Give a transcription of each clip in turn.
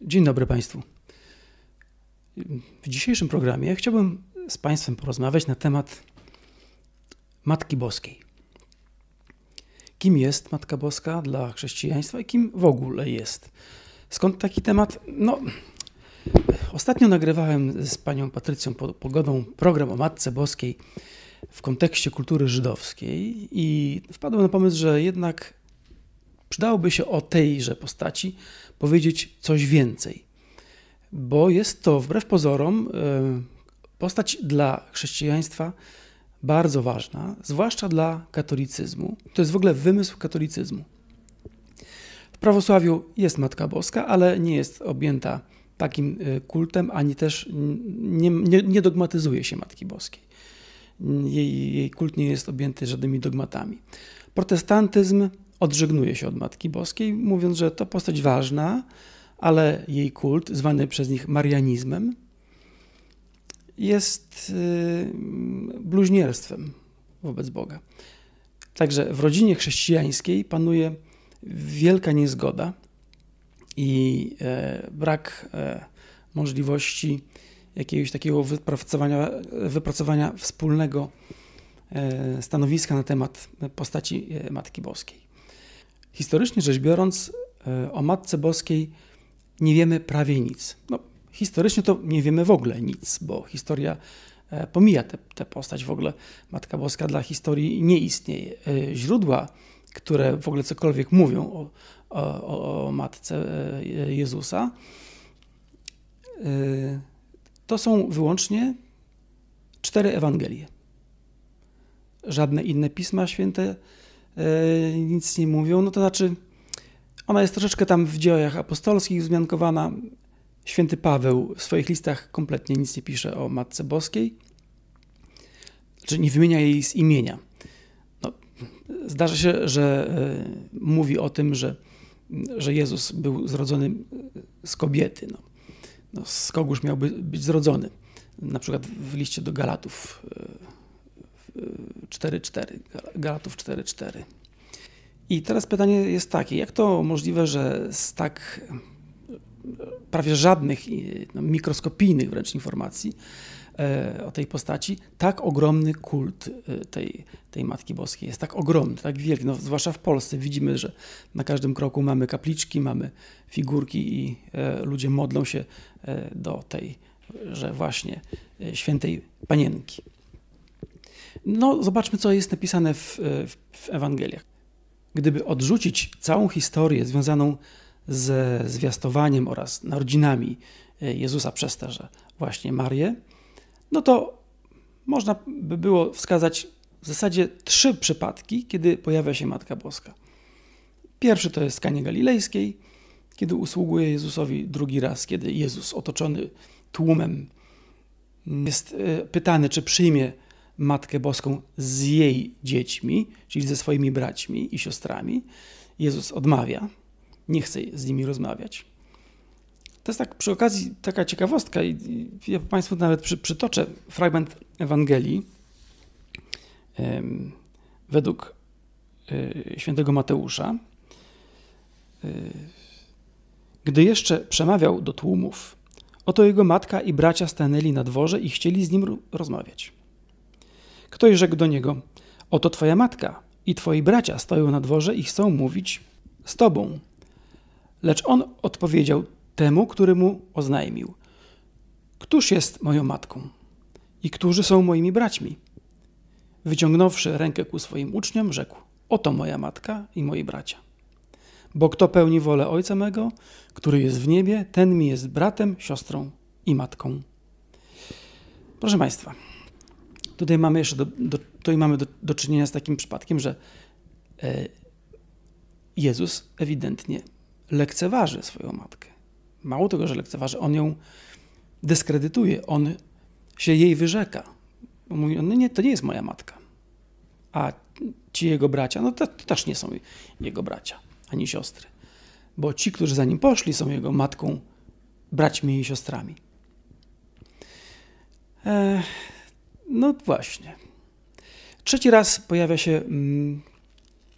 Dzień dobry Państwu. W dzisiejszym programie chciałbym z Państwem porozmawiać na temat Matki Boskiej. Kim jest Matka Boska dla chrześcijaństwa i kim w ogóle jest? Skąd taki temat? Ostatnio nagrywałem z panią Patrycją Pogodą program o Matce Boskiej w kontekście kultury żydowskiej i wpadłem na pomysł, że jednak przydałoby się o tejże postaci powiedzieć coś więcej, bo jest to wbrew pozorom postać dla chrześcijaństwa bardzo ważna, zwłaszcza dla katolicyzmu. To jest w ogóle wymysł katolicyzmu. W prawosławiu jest Matka Boska, ale nie jest objęta takim kultem, ani też nie dogmatyzuje się Matki Boskiej. Jej kult nie jest objęty żadnymi dogmatami. Protestantyzm odżegnuje się od Matki Boskiej, mówiąc, że to postać ważna, ale jej kult, zwany przez nich marianizmem, jest bluźnierstwem wobec Boga. Także w rodzinie chrześcijańskiej panuje wielka niezgoda i brak możliwości jakiegoś takiego wypracowania wspólnego stanowiska na temat postaci Matki Boskiej. Historycznie rzecz biorąc, o Matce Boskiej nie wiemy prawie nic. Historycznie to nie wiemy w ogóle nic, bo historia pomija tę postać. W ogóle Matka Boska dla historii nie istnieje. Źródła, które w ogóle cokolwiek mówią o Matce Jezusa, to są wyłącznie 4 Ewangelie. Żadne inne Pisma Święte nic nie mówią. To znaczy, ona jest troszeczkę tam w Dziejach Apostolskich wzmiankowana. Święty Paweł w swoich listach kompletnie nic nie pisze o Matce Boskiej. Znaczy nie wymienia jej z imienia. Zdarza się, że mówi o tym, że Jezus był zrodzony z kobiety. Z kogóż miałby być zrodzony? Na przykład w liście do Galatów 4:4. Galatów 4:4. I teraz pytanie jest takie, jak to możliwe, że z tak prawie żadnych, mikroskopijnych wręcz informacji o tej postaci, tak ogromny kult tej Matki Boskiej jest tak ogromny, tak wielki. Zwłaszcza w Polsce widzimy, że na każdym kroku mamy kapliczki, mamy figurki i ludzie modlą się do tej, że właśnie świętej Panienki. Zobaczmy, co jest napisane w Ewangeliach. Gdyby odrzucić całą historię związaną ze zwiastowaniem oraz narodzinami Jezusa przez tę właśnie Marię, to można by było wskazać w zasadzie 3 przypadki, kiedy pojawia się Matka Boska. Pierwszy to jest w Kanie Galilejskiej, kiedy usługuje Jezusowi drugi raz, kiedy Jezus otoczony tłumem jest pytany, czy przyjmie Matkę Boską z jej dziećmi, czyli ze swoimi braćmi i siostrami. Jezus odmawia, nie chce z nimi rozmawiać. To jest tak przy okazji taka ciekawostka i ja Państwu nawet przytoczę fragment Ewangelii według świętego Mateusza. Gdy jeszcze przemawiał do tłumów, oto jego matka i bracia stanęli na dworze i chcieli z nim rozmawiać. Ktoś rzekł do niego, oto twoja matka i twoi bracia stoją na dworze i chcą mówić z tobą. Lecz on odpowiedział temu, który mu oznajmił. Któż jest moją matką i którzy są moimi braćmi? Wyciągnąwszy rękę ku swoim uczniom, rzekł, oto moja matka i moi bracia. Bo kto pełni wolę Ojca mego, który jest w niebie, ten mi jest bratem, siostrą i matką. Proszę Państwa, tutaj mamy jeszcze do czynienia z takim przypadkiem, że Jezus ewidentnie lekceważy swoją matkę. Mało tego, że lekceważy, on ją dyskredytuje, on się jej wyrzeka. On mówi, to nie jest moja matka. A ci jego bracia, to też nie są jego bracia, ani siostry. Bo ci, którzy za nim poszli, są jego matką, braćmi i siostrami. Właśnie. Trzeci raz pojawia się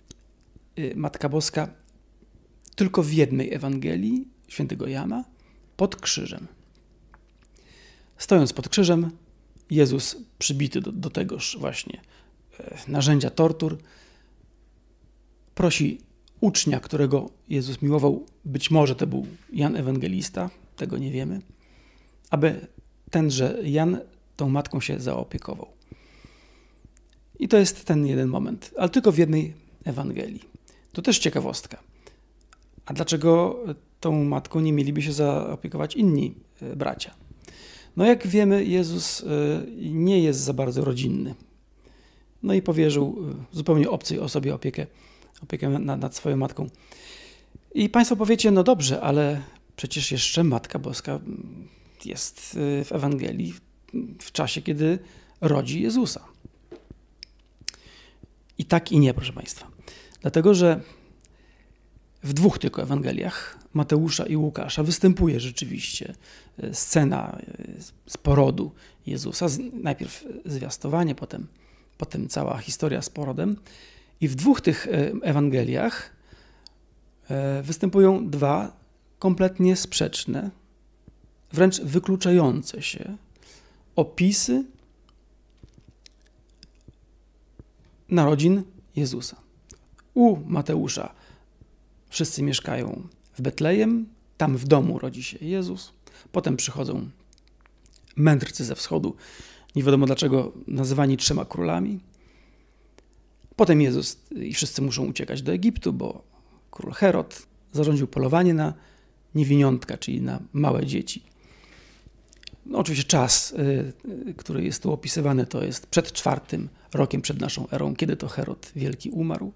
Matka Boska tylko w jednej Ewangelii świętego Jana, pod krzyżem. Stojąc pod krzyżem, Jezus przybity do tegoż właśnie narzędzia tortur, prosi ucznia, którego Jezus miłował, być może to był Jan Ewangelista, tego nie wiemy, aby tenże Jan tą matką się zaopiekował. I to jest ten jeden moment, ale tylko w jednej Ewangelii. To też ciekawostka. A dlaczego tą matką nie mieliby się zaopiekować inni bracia? No jak wiemy, Jezus nie jest za bardzo rodzinny. No i powierzył zupełnie obcej osobie opiekę nad swoją matką. I Państwo powiecie, no dobrze, ale przecież jeszcze Matka Boska jest w Ewangelii w czasie, kiedy rodzi Jezusa. I tak i nie, proszę Państwa. Dlatego, że w dwóch tylko Ewangeliach, Mateusza i Łukasza, występuje rzeczywiście scena z porodu Jezusa. Najpierw zwiastowanie, potem cała historia z porodem. I w dwóch tych Ewangeliach występują dwa kompletnie sprzeczne, wręcz wykluczające się opisy narodzin Jezusa. U Mateusza wszyscy mieszkają w Betlejem, tam w domu rodzi się Jezus. Potem przychodzą mędrcy ze wschodu, nie wiadomo dlaczego nazywani 3 królami. Potem Jezus i wszyscy muszą uciekać do Egiptu, bo król Herod zarządził polowanie na niewiniątka, czyli na małe dzieci. No, oczywiście czas, który jest tu opisywany, to jest przed 4. rokiem przed naszą erą, kiedy to Herod Wielki umarł.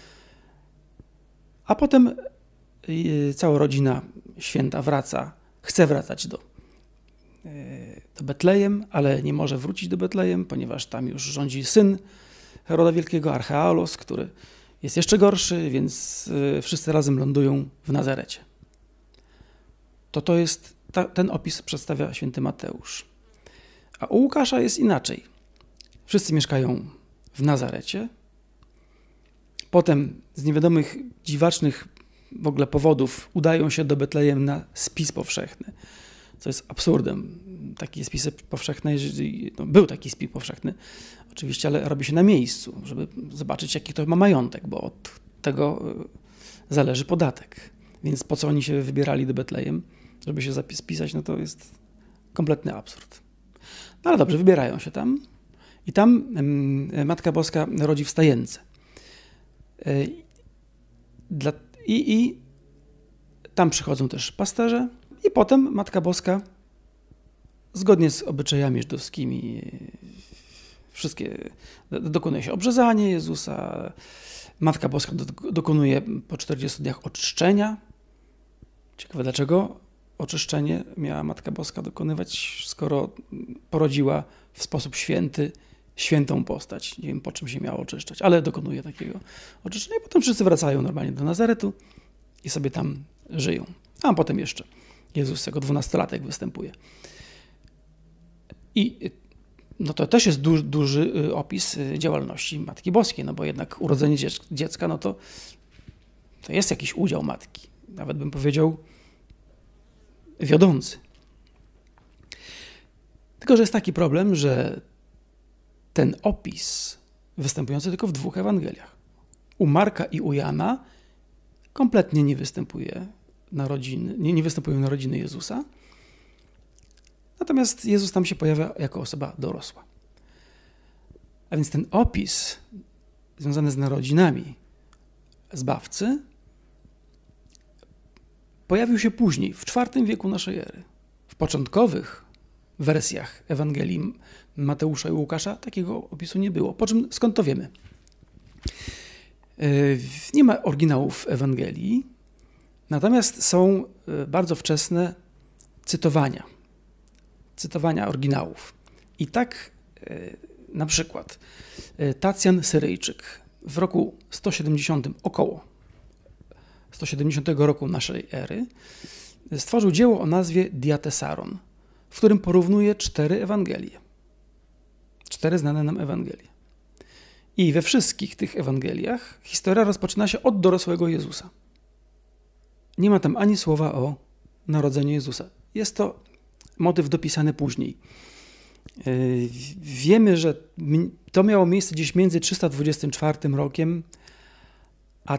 A potem cała rodzina święta chce wracać do Betlejem, ale nie może wrócić do Betlejem, ponieważ tam już rządzi syn Heroda Wielkiego, Archealos, który jest jeszcze gorszy, więc wszyscy razem lądują w Nazarecie. To jest, ten opis przedstawia święty Mateusz. A u Łukasza jest inaczej. Wszyscy mieszkają w Nazarecie. Potem z niewiadomych, dziwacznych w ogóle powodów udają się do Betlejem na spis powszechny, co jest absurdem. Takie spisy powszechne, był taki spis powszechny oczywiście, ale robi się na miejscu, żeby zobaczyć, jaki ktoś ma majątek, bo od tego zależy podatek. Więc po co oni się wybierali do Betlejem, żeby się spisać, no to jest kompletny absurd. No ale dobrze, wybierają się tam i tam Matka Boska rodzi w stajence. I tam przychodzą też pasterze i potem Matka Boska zgodnie z obyczajami żydowskimi dokonuje się obrzezanie Jezusa. Matka Boska dokonuje po 40 dniach oczyszczenia. Ciekawe, dlaczego oczyszczenie miała Matka Boska dokonywać, skoro porodziła w sposób święty świętą postać. Nie wiem, po czym się miała oczyszczać, ale dokonuje takiego oczyszczenia. I potem wszyscy wracają normalnie do Nazaretu i sobie tam żyją. A potem jeszcze Jezus jako 12-latek występuje. I no to też jest duży opis działalności Matki Boskiej, no bo jednak urodzenie dziecka, no to jest jakiś udział matki. Nawet bym powiedział wiodący. Tylko że jest taki problem, że ten opis występujący tylko w 2 Ewangeliach. U Marka i u Jana kompletnie nie występuje nie występują narodziny Jezusa. Natomiast Jezus tam się pojawia jako osoba dorosła. A więc ten opis związany z narodzinami Zbawcy pojawił się później, w IV wieku naszej ery. W początkowych wersjach Ewangelii Mateusza i Łukasza takiego opisu nie było. Skąd to wiemy? Nie ma oryginałów Ewangelii, natomiast są bardzo wczesne cytowania oryginałów. I tak na przykład Tacjan Syryjczyk w roku 170, około 170 roku naszej ery, stworzył dzieło o nazwie Diatesaron, w którym porównuje 4 Ewangelie. 4 znane nam Ewangelie. I we wszystkich tych Ewangeliach historia rozpoczyna się od dorosłego Jezusa. Nie ma tam ani słowa o narodzeniu Jezusa. jest to motyw dopisany później. Wiemy, że to miało miejsce gdzieś między 324 rokiem a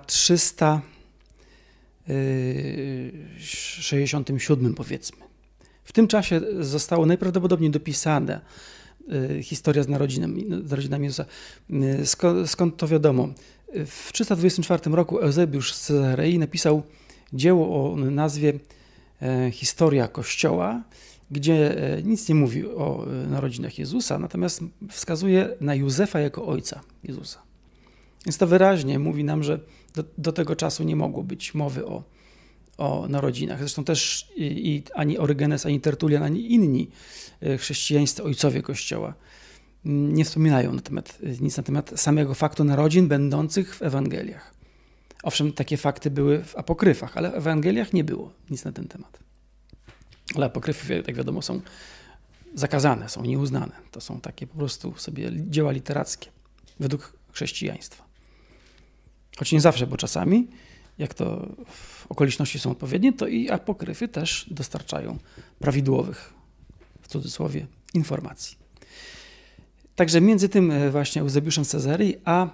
367, powiedzmy. W tym czasie zostało najprawdopodobniej dopisane historia z narodzinami Jezusa. Skąd to wiadomo? W 324 roku Eusebiusz z Cezarei napisał dzieło o nazwie Historia Kościoła, gdzie nic nie mówi o narodzinach Jezusa, natomiast wskazuje na Józefa jako ojca Jezusa. Więc to wyraźnie mówi nam, że do tego czasu nie mogło być mowy o narodzinach. Zresztą też ani Orygenes, ani Tertulian, ani inni chrześcijańscy ojcowie Kościoła nie wspominają nic na temat samego faktu narodzin będących w Ewangeliach. Owszem, takie fakty były w apokryfach, ale w Ewangeliach nie było nic na ten temat. Ale apokryfy, jak wiadomo, są zakazane, są nieuznane. To są takie po prostu sobie dzieła literackie według chrześcijaństwa. Choć nie zawsze, bo czasami, jak to okoliczności są odpowiednie, to i apokryfy też dostarczają prawidłowych, w cudzysłowie, informacji. Także między tym właśnie Eusebiuszem z Cezarei a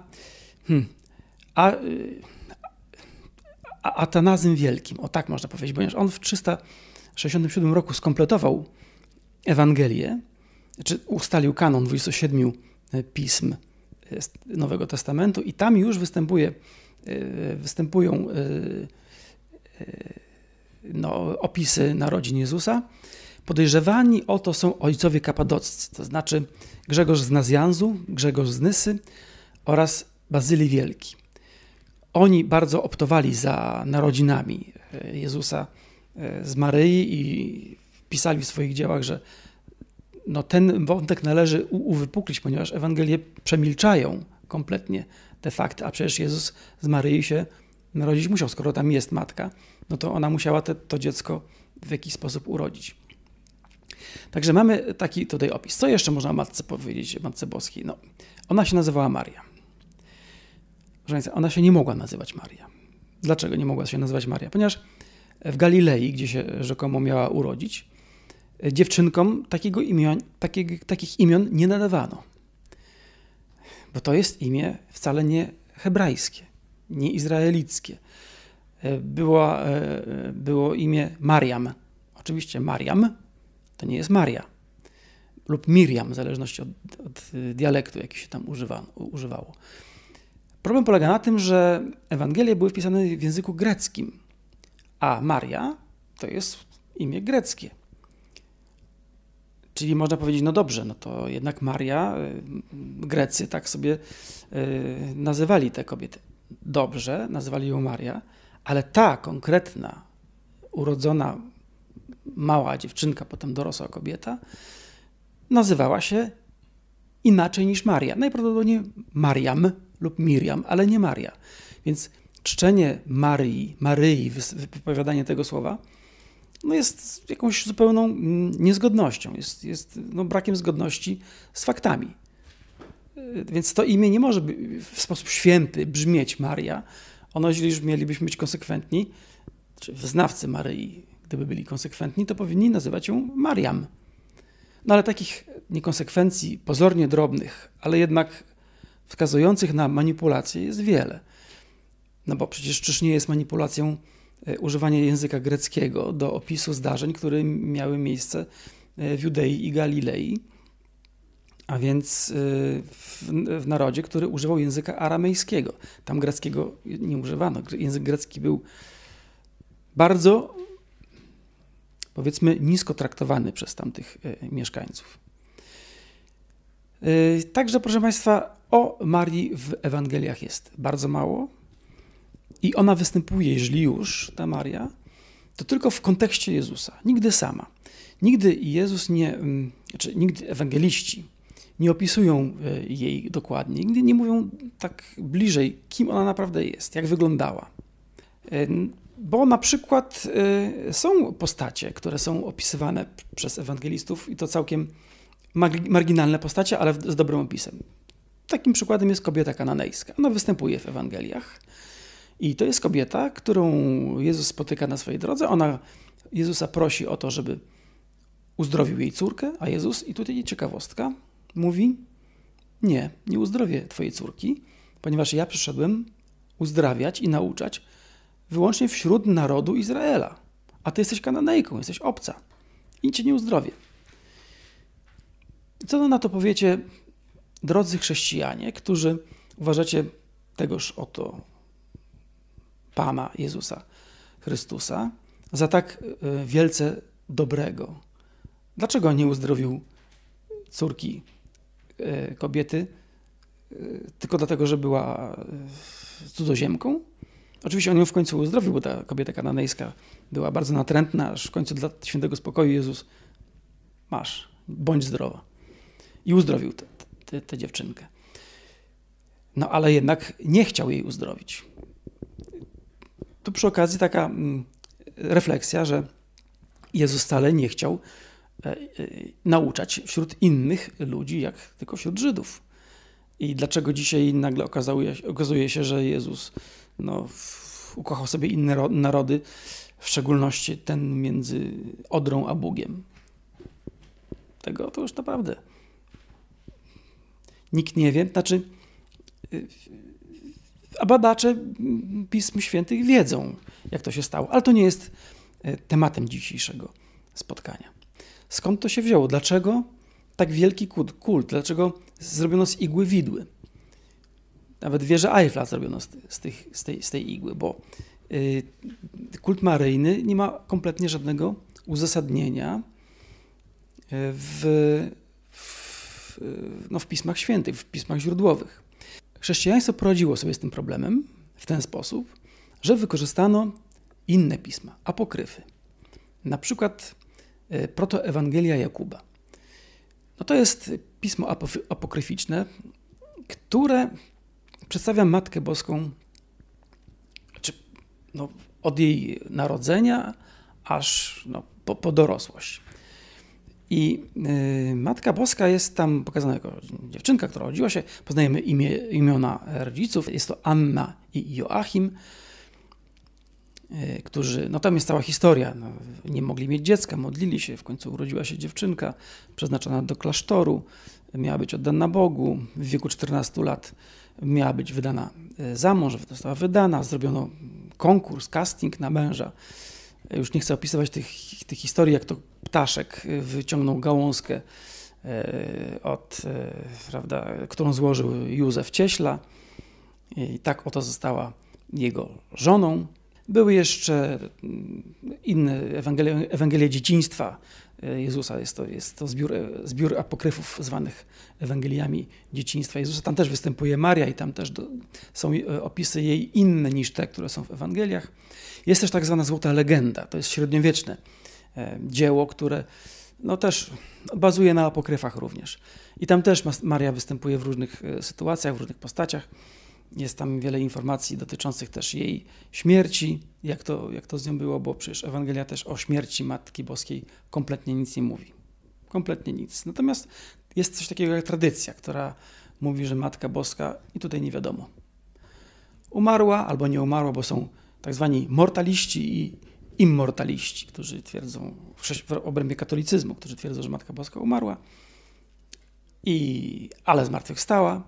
Atanazym Wielkim, o tak można powiedzieć, ponieważ on w 367 roku skompletował Ewangelię, czy ustalił kanon 27 pism Nowego Testamentu i tam już występują opisy narodzin Jezusa. Podejrzewani o to są ojcowie kapadoccy, to znaczy Grzegorz z Nazjanzu, Grzegorz z Nysy oraz Bazylii Wielki. Oni bardzo optowali za narodzinami Jezusa z Maryi i pisali w swoich dziełach, że ten wątek należy uwypuklić, ponieważ Ewangelie przemilczają kompletnie te fakty, a przecież Jezus z Maryi się narodzić musiał, skoro tam jest matka, no to ona musiała to dziecko w jakiś sposób urodzić. Także mamy taki tutaj opis. Co jeszcze można o matce powiedzieć, Matce Boskiej? Ona się nazywała Maria. Ona się nie mogła nazywać Maria. Dlaczego nie mogła się nazywać Maria? Ponieważ w Galilei, gdzie się rzekomo miała urodzić, dziewczynkom takich imion nie nadawano. Bo to jest imię wcale nie hebrajskie, nie izraelickie. Było imię Mariam. Oczywiście Mariam to nie jest Maria. Lub Miriam, w zależności od dialektu, jaki się tam używało. Problem polega na tym, że Ewangelie były wpisane w języku greckim, a Maria to jest imię greckie. Czyli można powiedzieć, dobrze, to jednak Maria, Grecy tak sobie nazywali tę kobietę. Dobrze, nazywali ją Maria, ale ta konkretna, urodzona mała dziewczynka, potem dorosła kobieta, nazywała się inaczej niż Maria. Najprawdopodobniej Mariam lub Miriam, ale nie Maria. Więc czczenie Maryi, wypowiadanie tego słowa, jest jakąś zupełną niezgodnością, jest brakiem zgodności z faktami. Więc to imię nie może w sposób święty brzmieć Maria. Jeśli już mielibyśmy być konsekwentni, czy wyznawcy Maryi, gdyby byli konsekwentni, to powinni nazywać ją Mariam. Ale takich niekonsekwencji pozornie drobnych, ale jednak wskazujących na manipulację jest wiele. Bo przecież czyż nie jest manipulacją używanie języka greckiego do opisu zdarzeń, które miały miejsce w Judei i Galilei, a więc w narodzie, który używał języka aramejskiego. Tam greckiego nie używano. Język grecki był bardzo, powiedzmy, nisko traktowany przez tamtych mieszkańców. Także, proszę Państwa, o Marii w Ewangeliach jest bardzo mało i ona występuje, jeżeli już, ta Maria, to tylko w kontekście Jezusa, nigdy sama. Nigdy nigdy ewangeliści nie opisują jej dokładnie, nigdy nie mówią tak bliżej, kim ona naprawdę jest, jak wyglądała. Bo na przykład są postacie, które są opisywane przez ewangelistów i to całkiem marginalne postacie, ale z dobrym opisem. Takim przykładem jest kobieta kananejska. Ona występuje w Ewangeliach i to jest kobieta, którą Jezus spotyka na swojej drodze. Ona Jezusa prosi o to, żeby uzdrowił jej córkę, a Jezus, i tutaj ciekawostka, mówi: nie uzdrowię twojej córki, ponieważ ja przyszedłem uzdrawiać i nauczać wyłącznie wśród narodu Izraela. A ty jesteś Kananejką, jesteś obca i cię nie uzdrowię. Co na to powiecie, drodzy chrześcijanie, którzy uważacie tegoż oto Pana Jezusa Chrystusa za tak wielce dobrego? Dlaczego nie uzdrowił córki kobiety tylko dlatego, że była cudzoziemką? Oczywiście on ją w końcu uzdrowił, bo ta kobieta kananejska była bardzo natrętna, aż w końcu dla świętego spokoju Jezus: masz, bądź zdrowa. I uzdrowił tę dziewczynkę. No ale jednak nie chciał jej uzdrowić. Tu przy okazji taka refleksja, że Jezus wcale nie chciał nauczać wśród innych ludzi, jak tylko wśród Żydów. I dlaczego dzisiaj nagle okazuje się, że Jezus ukochał sobie inne narody, w szczególności ten między Odrą a Bugiem? Tego to już naprawdę nikt nie wie. A badacze Pism Świętych wiedzą, jak to się stało, ale to nie jest tematem dzisiejszego spotkania. Skąd to się wzięło? Dlaczego tak wielki kult? Dlaczego zrobiono z igły widły? Nawet wieżę Eiffla zrobiono z tej igły, bo kult maryjny nie ma kompletnie żadnego uzasadnienia w Pismach Świętych, w Pismach źródłowych. Chrześcijaństwo poradziło sobie z tym problemem w ten sposób, że wykorzystano inne pisma, apokryfy. Na przykład protoewangelia Jakuba. To jest pismo apokryficzne, które przedstawia Matkę Boską od jej narodzenia aż po dorosłość. I Matka Boska jest tam pokazana jako dziewczynka, która urodziła się. Poznajemy imiona rodziców. Jest to Anna i Joachim, którzy, tam jest cała historia. Nie mogli mieć dziecka, modlili się, w końcu urodziła się dziewczynka przeznaczona do klasztoru, miała być oddana Bogu. W wieku 14 lat miała być wydana za mąż, została wydana, zrobiono konkurs, casting na męża. Już nie chcę opisywać tych historii, jak to ptaszek wyciągnął gałązkę, którą złożył Józef Cieśla, i tak oto została jego żoną. Były jeszcze inne Ewangelie dzieciństwa Jezusa. Jest to zbiór apokryfów zwanych Ewangeliami dzieciństwa Jezusa. Tam też występuje Maria i tam też są opisy jej inne niż te, które są w Ewangeliach. Jest też tak zwana złota legenda. To jest średniowieczne dzieło, które też bazuje na apokryfach również. I tam też Maria występuje w różnych sytuacjach, w różnych postaciach. Jest tam wiele informacji dotyczących też jej śmierci, jak to z nią było, bo przecież Ewangelia też o śmierci Matki Boskiej kompletnie nic nie mówi. Kompletnie nic. Natomiast jest coś takiego jak tradycja, która mówi, że Matka Boska, i tutaj nie wiadomo, umarła albo nie umarła, bo są tak zwani mortaliści i immortaliści, którzy twierdzą, w obrębie katolicyzmu, którzy twierdzą, że Matka Boska umarła, ale zmartwychwstała,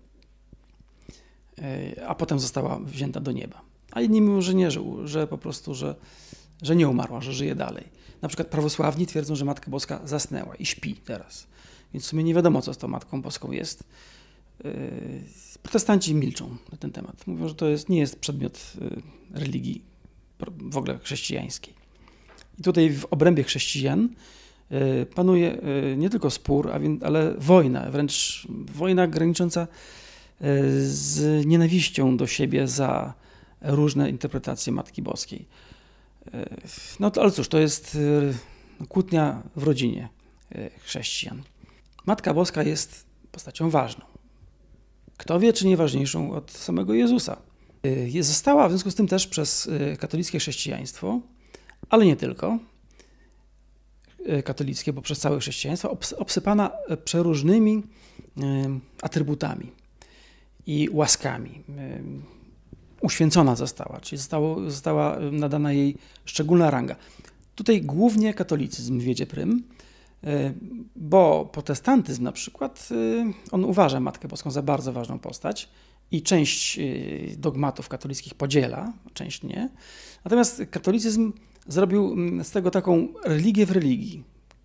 a potem została wzięta do nieba. A inni mówią, że nie, że po prostu, że nie umarła, że żyje dalej. Na przykład prawosławni twierdzą, że Matka Boska zasnęła i śpi teraz. Więc w sumie nie wiadomo, co z tą Matką Boską jest. Protestanci milczą na ten temat. Mówią, że to nie jest przedmiot religii w ogóle chrześcijańskiej. I tutaj w obrębie chrześcijan panuje nie tylko spór, ale wojna, wręcz wojna granicząca z nienawiścią do siebie za różne interpretacje Matki Boskiej. Ale cóż, to jest kłótnia w rodzinie chrześcijan. Matka Boska jest postacią ważną. Kto wie, czy nie ważniejszą od samego Jezusa. Została w związku z tym też przez katolickie chrześcijaństwo, ale nie tylko katolickie, bo przez całe chrześcijaństwo, obsypana przeróżnymi atrybutami i łaskami. Uświęcona została, czyli została nadana jej szczególna ranga. Tutaj głównie katolicyzm wiedzie prym, bo protestantyzm na przykład, on uważa Matkę Boską za bardzo ważną postać i część dogmatów katolickich podziela, część nie. Natomiast katolicyzm zrobił z tego taką religię w religii,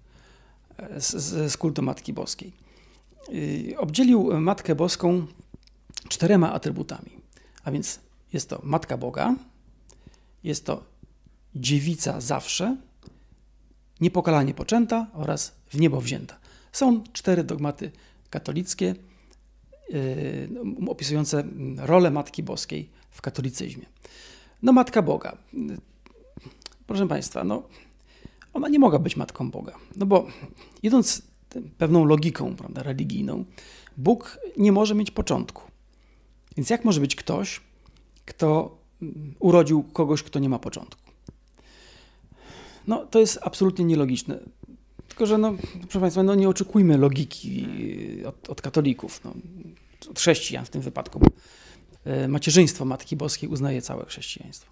z kultu Matki Boskiej. Obdzielił Matkę Boską 4 atrybutami, a więc jest to Matka Boga, jest to dziewica zawsze, niepokalanie poczęta oraz w niebo wzięta. Są 4 dogmaty katolickie opisujące rolę Matki Boskiej w katolicyzmie. No Matka Boga. Proszę Państwa, no, ona nie mogła być Matką Boga, no bo idąc pewną logiką, prawda, religijną, Bóg nie może mieć początku. Więc jak może być ktoś, kto urodził kogoś, kto nie ma początku? No, to jest absolutnie nielogiczne. Tylko że, no, proszę Państwa, no, nie oczekujmy logiki od katolików, no, od chrześcijan w tym wypadku, bo macierzyństwo Matki Boskiej uznaje całe chrześcijaństwo.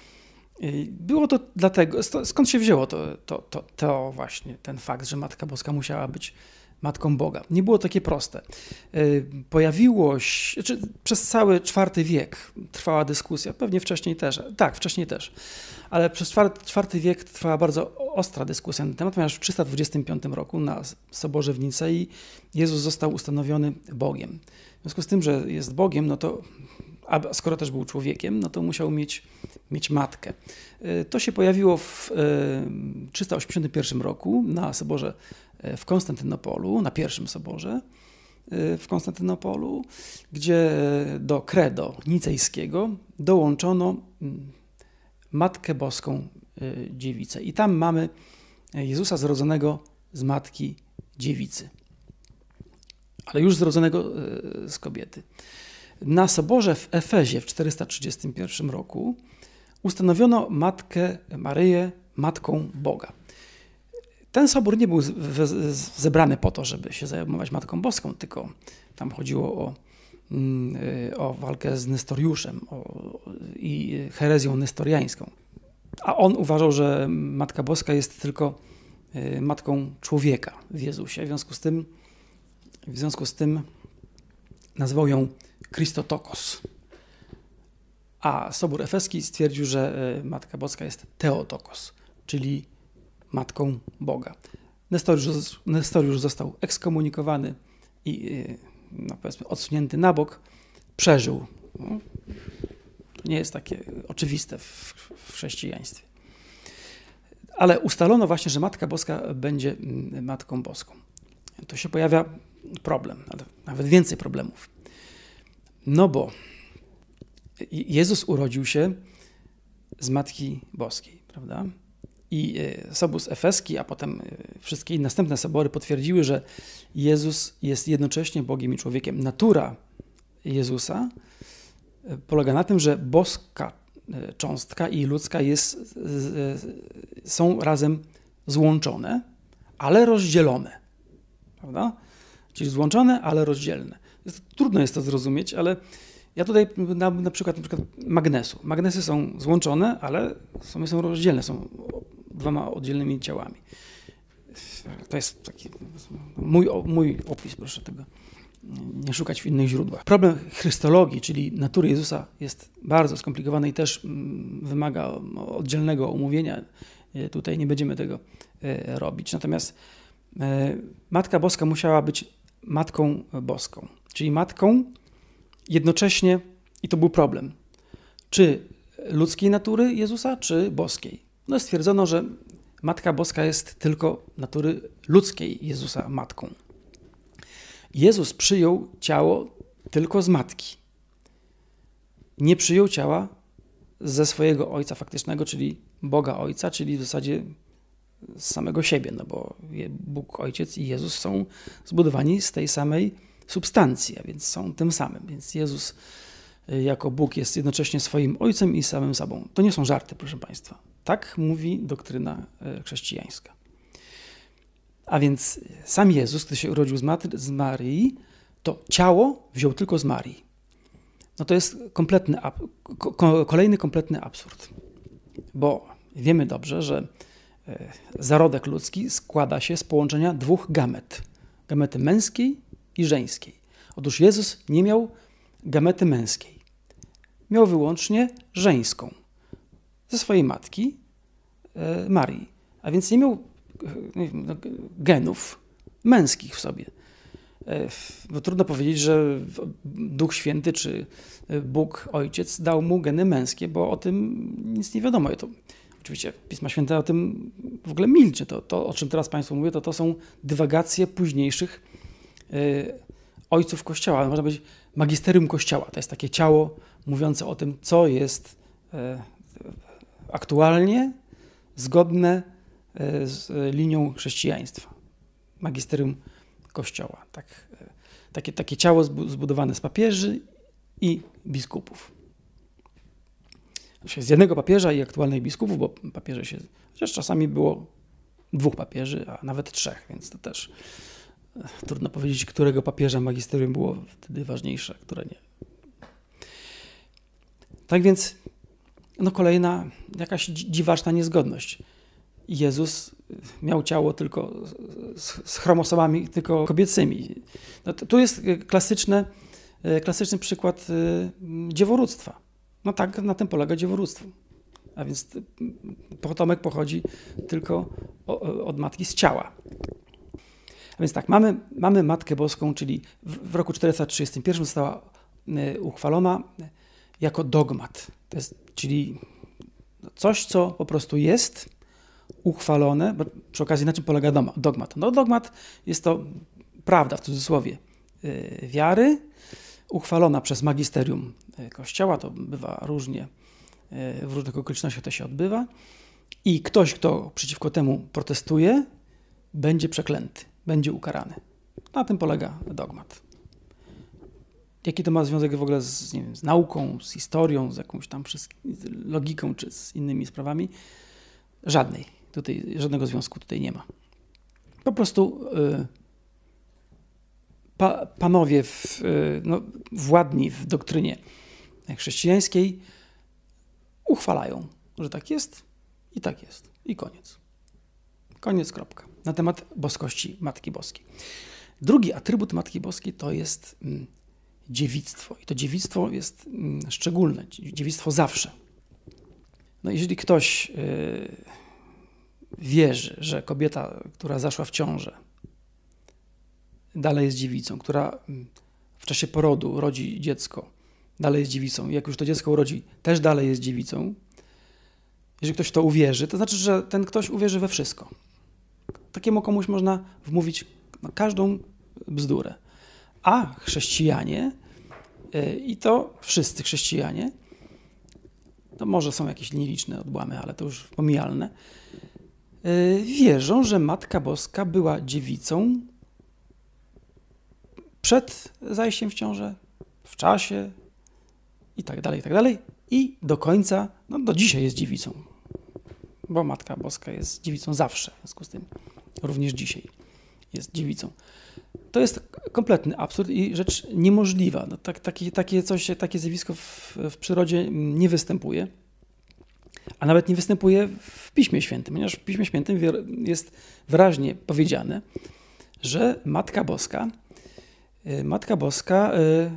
Było to dlatego, skąd się wzięło to właśnie, ten fakt, że Matka Boska musiała być Matką Boga. Nie było takie proste. Pojawiło się, przez cały IV wiek trwała dyskusja, pewnie wcześniej też, tak, wcześniej też, ale przez IV wiek trwała bardzo ostra dyskusja na ten temat, ponieważ w 325 roku na Soborze w Nicei Jezus został ustanowiony Bogiem. W związku z tym, że jest Bogiem, no to a skoro też był człowiekiem, no to musiał mieć matkę. To się pojawiło w 381 roku na Soborze w Konstantynopolu, na pierwszym Soborze w Konstantynopolu, gdzie do credo nicejskiego dołączono Matkę Boską Dziewicę. I tam mamy Jezusa zrodzonego z Matki Dziewicy, ale już zrodzonego z kobiety. Na Soborze w Efezie w 431 roku ustanowiono Matkę Maryję Matką Boga. Ten sobór nie był zebrany po to, żeby się zajmować Matką Boską, tylko tam chodziło o walkę z Nestoriuszem i herezją nestoriańską. A on uważał, że Matka Boska jest tylko matką człowieka w Jezusie. W związku z tym nazwał ją Christotokos. A Sobór Efeski stwierdził, że Matka Boska jest Theotokos, czyli Matką Boga. Nestoriusz został ekskomunikowany i no powiedzmy odsunięty na bok. Przeżył. No, to nie jest takie oczywiste w chrześcijaństwie. Ale ustalono właśnie, że Matka Boska będzie Matką Boską. To się pojawia problem, nawet więcej problemów. No bo Jezus urodził się z Matki Boskiej, prawda? I Sobór Efeski, a potem wszystkie następne sobory potwierdziły, że Jezus jest jednocześnie Bogiem i człowiekiem. Natura Jezusa polega na tym, że boska cząstka i ludzka są razem złączone, ale rozdzielone. Prawda? Czyli złączone, ale rozdzielne. Trudno jest to zrozumieć, ale ja tutaj na przykład magnesu. Magnesy są złączone, ale są rozdzielne, są 2 oddzielnymi ciałami. To jest taki mój opis, proszę tego nie szukać w innych źródłach. Problem chrystologii, czyli natury Jezusa, jest bardzo skomplikowany i też wymaga oddzielnego omówienia. Tutaj nie będziemy tego robić. Natomiast Matka Boska musiała być Matką Boską, czyli matką jednocześnie, i to był problem, czy ludzkiej natury Jezusa, czy boskiej. No stwierdzono, że Matka Boska jest tylko natury ludzkiej Jezusa matką. Jezus przyjął ciało tylko z matki. Nie przyjął ciała ze swojego Ojca faktycznego, czyli Boga Ojca, czyli w zasadzie z samego siebie, no bo Bóg Ojciec i Jezus są zbudowani z tej samej substancji, a więc są tym samym. Więc Jezus jako Bóg jest jednocześnie swoim Ojcem i samym sobą. To nie są żarty, proszę Państwa. Tak mówi doktryna chrześcijańska. A więc sam Jezus, gdy się urodził z Marii, to ciało wziął tylko z Marii. No to jest kolejny kompletny absurd. Bo wiemy dobrze, że zarodek ludzki składa się z połączenia dwóch gamet. Gamety męskiej i żeńskiej. Otóż Jezus nie miał gamety męskiej. Miał wyłącznie żeńską. Ze swojej matki, Marii. A więc nie miał genów męskich w sobie. Bo trudno powiedzieć, że Duch Święty czy Bóg Ojciec dał mu geny męskie, bo o tym nic nie wiadomo. Oczywiście Pismo Święte o tym w ogóle milczy. To, o czym teraz Państwu mówię, to są dywagacje późniejszych ojców Kościoła. Można powiedzieć magisterium Kościoła. To jest takie ciało mówiące o tym, co jest aktualnie zgodne z linią chrześcijaństwa. Magisterium Kościoła. Takie ciało zbudowane z papieży i biskupów. Z jednego papieża i aktualnych biskupów, bo papieże się... Chociaż czasami było 2 papieży, a nawet 3, więc to też trudno powiedzieć, którego papieża magisterium było wtedy ważniejsze, a które nie. Tak więc kolejna jakaś dziwaczna niezgodność. Jezus miał ciało tylko z chromosomami tylko kobiecymi. Tu jest klasyczny przykład dzieworództwa. Tak, na tym polega dzieworództwo. A więc potomek pochodzi tylko od matki z ciała. A więc tak, mamy Matkę Boską, czyli w roku 431 została uchwalona jako dogmat. To jest, czyli coś, co po prostu jest uchwalone, bo przy okazji na czym polega dogmat? Dogmat jest to prawda, w cudzysłowie, wiary, uchwalona przez magisterium Kościoła, to bywa różnie, w różnych okolicznościach to się odbywa i ktoś, kto przeciwko temu protestuje, będzie przeklęty, będzie ukarany. Na tym polega dogmat. Jaki to ma związek w ogóle z nauką, z historią, z jakąś tam logiką czy z innymi sprawami? Żadnego związku tutaj nie ma. Po prostu panowie władni w doktrynie chrześcijańskiej uchwalają, że tak jest i tak jest. I koniec. Koniec, kropka. Na temat boskości Matki Boskiej. Drugi atrybut Matki Boskiej to jest dziewictwo. I to dziewictwo jest szczególne. Dziewictwo zawsze. Jeżeli ktoś wierzy, że kobieta, która zaszła w ciążę, dalej jest dziewicą, która w czasie porodu rodzi dziecko, dalej jest dziewicą. Jak już to dziecko urodzi, też dalej jest dziewicą. Jeżeli ktoś w to uwierzy, to znaczy, że ten ktoś uwierzy we wszystko. Takiemu komuś można wmówić każdą bzdurę. A chrześcijanie, i to wszyscy chrześcijanie, to może są jakieś nieliczne odłamy, ale to już pomijalne, wierzą, że Matka Boska była dziewicą przed zajściem w ciążę, w czasie i tak dalej, i do końca, do dzisiaj jest dziewicą, bo Matka Boska jest dziewicą zawsze, w związku z tym również dzisiaj jest dziewicą. To jest kompletny absurd i rzecz niemożliwa. Takie zjawisko w przyrodzie nie występuje, a nawet nie występuje w Piśmie Świętym, ponieważ w Piśmie Świętym jest wyraźnie powiedziane, że Matka Boska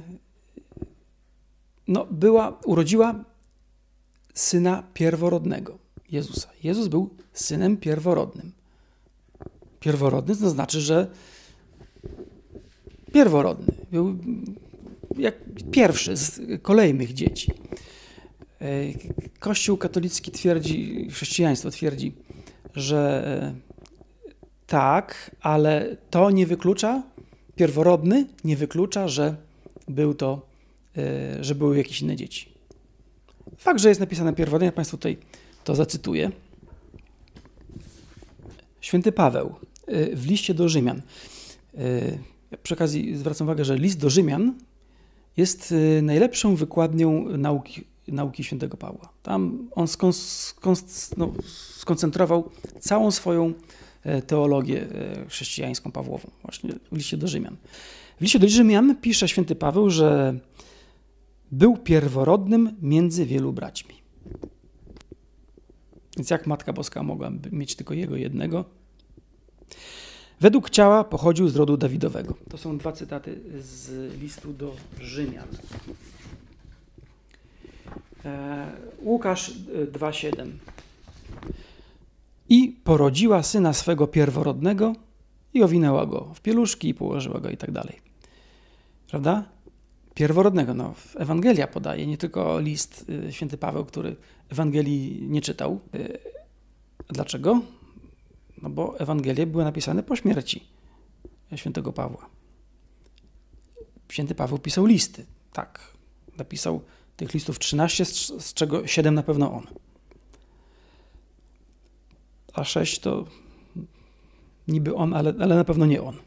urodziła syna pierworodnego, Jezusa. Jezus był synem pierworodnym. Pierworodny to znaczy, że pierworodny. Był jak pierwszy z kolejnych dzieci. Kościół katolicki twierdzi, chrześcijaństwo twierdzi, że tak, ale to nie wyklucza, pierworodny nie wyklucza, że były jakieś inne dzieci. Fakt, że jest napisane pierworodny, ja Państwu tutaj to zacytuję. Święty Paweł w liście do Rzymian. Przy okazji zwracam uwagę, że list do Rzymian jest najlepszą wykładnią nauki świętego Pawła. Tam on skoncentrował całą swoją teologię chrześcijańską Pawłową, właśnie w liście do Rzymian. W liście do Rzymian pisze święty Paweł, że był pierworodnym między wielu braćmi. Więc jak Matka Boska mogła mieć tylko jego jednego? Według ciała pochodził z rodu Dawidowego. To są 2 cytaty z listu do Rzymian. Łukasz 2,7. I porodziła syna swego pierworodnego i owinęła go w pieluszki i położyła go i tak dalej. Prawda? Pierworodnego. No, Ewangelia podaje, nie tylko list święty Paweł, który Ewangelii nie czytał. Dlaczego? No bo Ewangelie były napisane po śmierci świętego Pawła. Święty Paweł pisał listy. Tak, napisał tych listów 13, z czego 7 na pewno on. A 6 to niby on, ale na pewno nie on.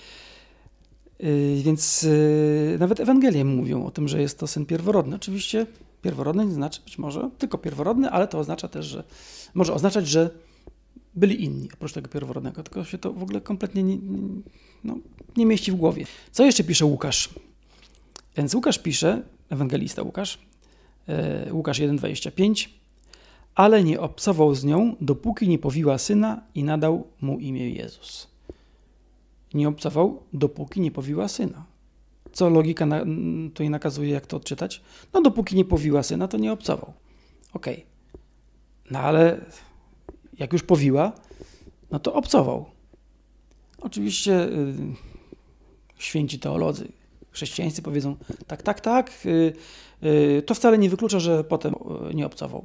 Więc nawet Ewangelie mówią o tym, że jest to syn pierworodny. Oczywiście pierworodny nie znaczy być może tylko pierworodny, ale to oznacza też, że może oznaczać, że byli inni oprócz tego pierworodnego. Tylko się to w ogóle kompletnie nie mieści w głowie. Co jeszcze pisze Łukasz? Więc Łukasz pisze, ewangelista Łukasz 1,25, ale nie obcował z nią, dopóki nie powiła syna i nadał mu imię Jezus. Nie obcował, dopóki nie powiła syna. Co logika tutaj nakazuje, jak to odczytać? No dopóki nie powiła syna, to nie obcował. Okej. No ale jak już powiła, no to obcował. Oczywiście święci teolodzy chrześcijańscy powiedzą, tak, to wcale nie wyklucza, że potem nie obcował.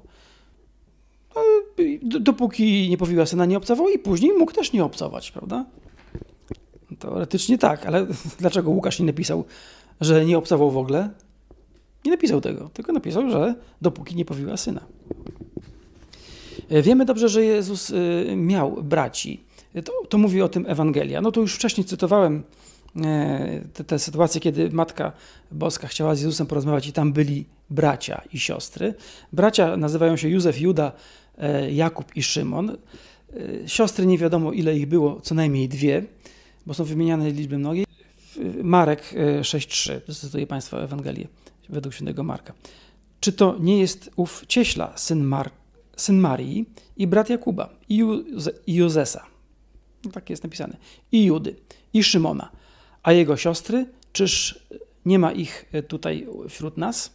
Dopóki nie powiła syna, nie obcował i później mógł też nie obcować, prawda? Teoretycznie tak, ale dlaczego Łukasz nie napisał, że nie obcował w ogóle? Nie napisał tego, tylko napisał, że dopóki nie powiła syna. Wiemy dobrze, że Jezus miał braci. To mówi o tym Ewangelia. No to już wcześniej cytowałem te sytuacje, kiedy Matka Boska chciała z Jezusem porozmawiać i tam byli bracia i siostry. Bracia nazywają się Józef, Juda, Jakub i Szymon. Siostry nie wiadomo ile ich było, co najmniej 2, bo są wymieniane liczby mnogie. Marek 6,3, cytuję Państwa Ewangelię według świętego Marka. Czy to nie jest ów cieśla, syn Marii i brat Jakuba i Józesa? No, tak jest napisane. I Judy, i Szymona. A jego siostry, czyż nie ma ich tutaj wśród nas?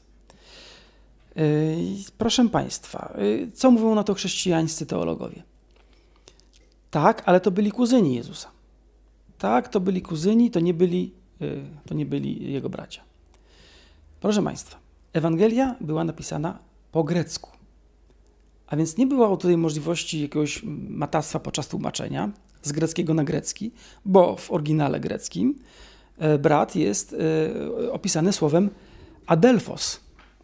Proszę Państwa, co mówią na to chrześcijańscy teologowie? Tak, ale to byli kuzyni Jezusa. Tak, to byli kuzyni, to nie byli jego bracia. Proszę Państwa, Ewangelia była napisana po grecku. A więc nie było tutaj możliwości jakiegoś matactwa podczas tłumaczenia z greckiego na grecki, bo w oryginale greckim brat jest opisany słowem adelphos.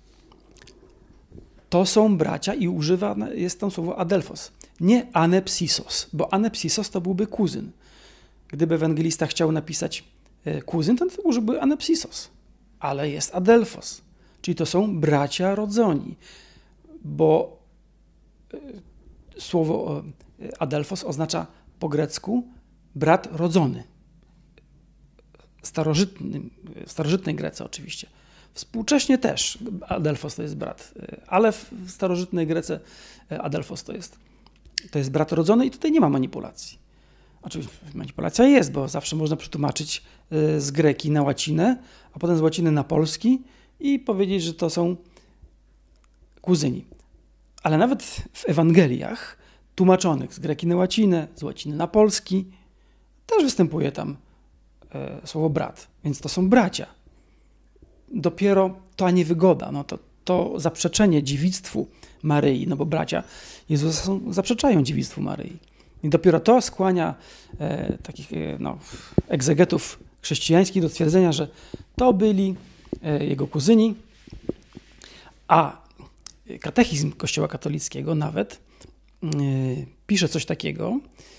To są bracia i używane jest tam słowo adelphos, nie anepsisos, bo anepsisos to byłby kuzyn. Gdyby ewangelista chciał napisać kuzyn, to użyłby anepsisos, ale jest adelphos, czyli to są bracia rodzoni, bo słowo adelphos oznacza po grecku brat rodzony. Starożytnej Grece oczywiście. Współcześnie też adelphos to jest brat, ale w starożytnej Grece adelphos to jest brat rodzony i tutaj nie ma manipulacji. Oczywiście manipulacja jest, bo zawsze można przetłumaczyć z greki na łacinę, a potem z łaciny na polski i powiedzieć, że to są kuzyni. Ale nawet w Ewangeliach tłumaczonych z greki na łacinę, z łaciny na polski też występuje tam słowo brat, więc to są bracia. Dopiero ta niewygoda, no to zaprzeczenie dziewictwu Maryi, no bo bracia Jezusa zaprzeczają dziewictwu Maryi. I dopiero to skłania takich egzegetów chrześcijańskich do stwierdzenia, że to byli jego kuzyni, a katechizm Kościoła katolickiego nawet pisze coś takiego,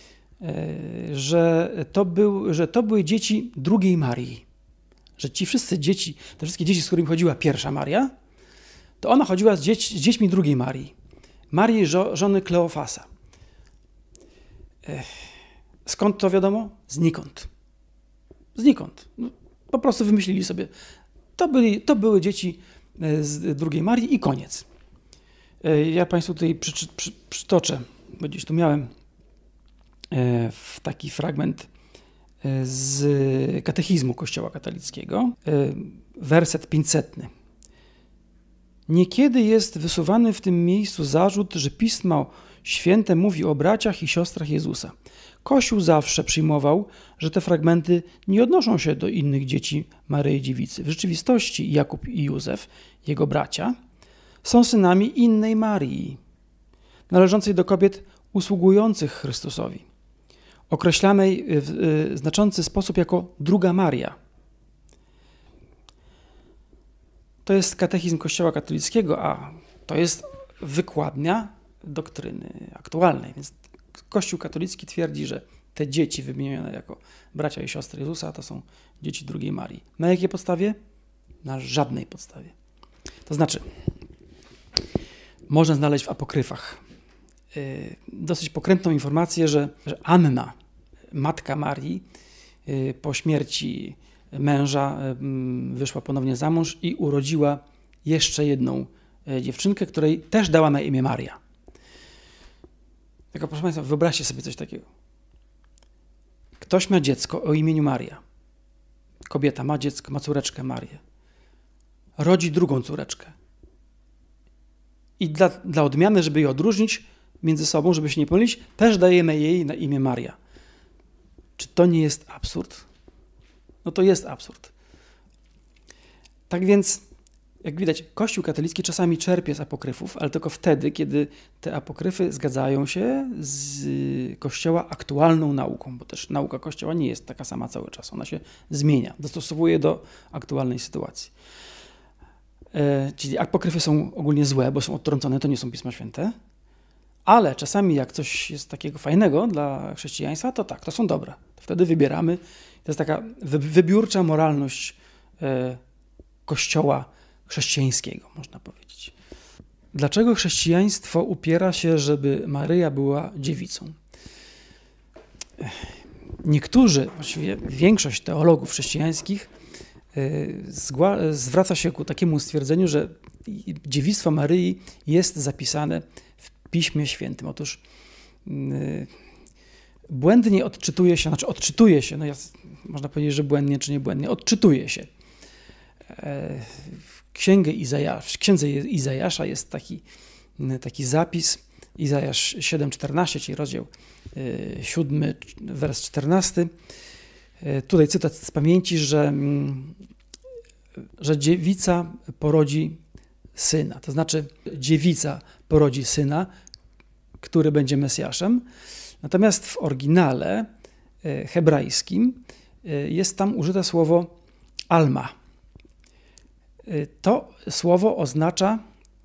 że to były dzieci drugiej Marii. Że te wszystkie dzieci, z którymi chodziła pierwsza Maria, to ona chodziła z dziećmi drugiej Marii. Marii, żony Kleofasa. Skąd to wiadomo? Znikąd. No, po prostu wymyślili sobie. To były dzieci z drugiej Marii i koniec. Ja Państwu tutaj przytoczę, bo gdzieś tu miałem taki fragment z katechizmu Kościoła katolickiego, werset 500. Niekiedy jest wysuwany w tym miejscu zarzut, że Pismo Święte mówi o braciach i siostrach Jezusa. Kościół zawsze przyjmował, że te fragmenty nie odnoszą się do innych dzieci Maryi Dziewicy. W rzeczywistości Jakub i Józef, jego bracia, są synami innej Marii, należącej do kobiet usługujących Chrystusowi, określanej w znaczący sposób jako druga Maria. To jest katechizm Kościoła katolickiego, a to jest wykładnia doktryny aktualnej. Więc Kościół katolicki twierdzi, że te dzieci wymienione jako bracia i siostry Jezusa to są dzieci drugiej Marii. Na jakiej podstawie? Na żadnej podstawie. To znaczy, można znaleźć w apokryfach dosyć pokrętną informację, że Anna, matka Marii, po śmierci męża wyszła ponownie za mąż i urodziła jeszcze jedną dziewczynkę, której też dała na imię Maria. Tylko proszę Państwa, wyobraźcie sobie coś takiego. Ktoś ma dziecko o imieniu Maria. Kobieta ma dziecko, ma córeczkę Marię. Rodzi drugą córeczkę. I dla odmiany, żeby je odróżnić między sobą, żeby się nie pomylić, też dajemy jej na imię Maria. Czy to nie jest absurd? No to jest absurd. Tak więc, jak widać, Kościół katolicki czasami czerpie z apokryfów, ale tylko wtedy, kiedy te apokryfy zgadzają się z Kościoła aktualną nauką, bo też nauka Kościoła nie jest taka sama cały czas. Ona się zmienia, dostosowuje do aktualnej sytuacji. Czyli apokryfy są ogólnie złe, bo są odtrącone, to nie są Pisma Święte, ale czasami jak coś jest takiego fajnego dla chrześcijaństwa, to tak, to są dobre. To wtedy wybieramy. To jest taka wybiórcza moralność Kościoła chrześcijańskiego, można powiedzieć. Dlaczego chrześcijaństwo upiera się, żeby Maryja była dziewicą? Niektórzy, właściwie większość teologów chrześcijańskich zwraca się ku takiemu stwierdzeniu, że dziewictwo Maryi jest zapisane w Piśmie Świętym. Otóż błędnie odczytuje się, no można powiedzieć, że błędnie czy niebłędnie, odczytuje się. W księdze Izajasza jest taki zapis, Izajasz 7,14, czyli rozdział 7, wers 14. Tutaj cytat z pamięci, że dziewica porodzi syna. To znaczy dziewica porodzi syna, który będzie Mesjaszem. Natomiast w oryginale hebrajskim jest tam użyte słowo alma. To słowo oznacza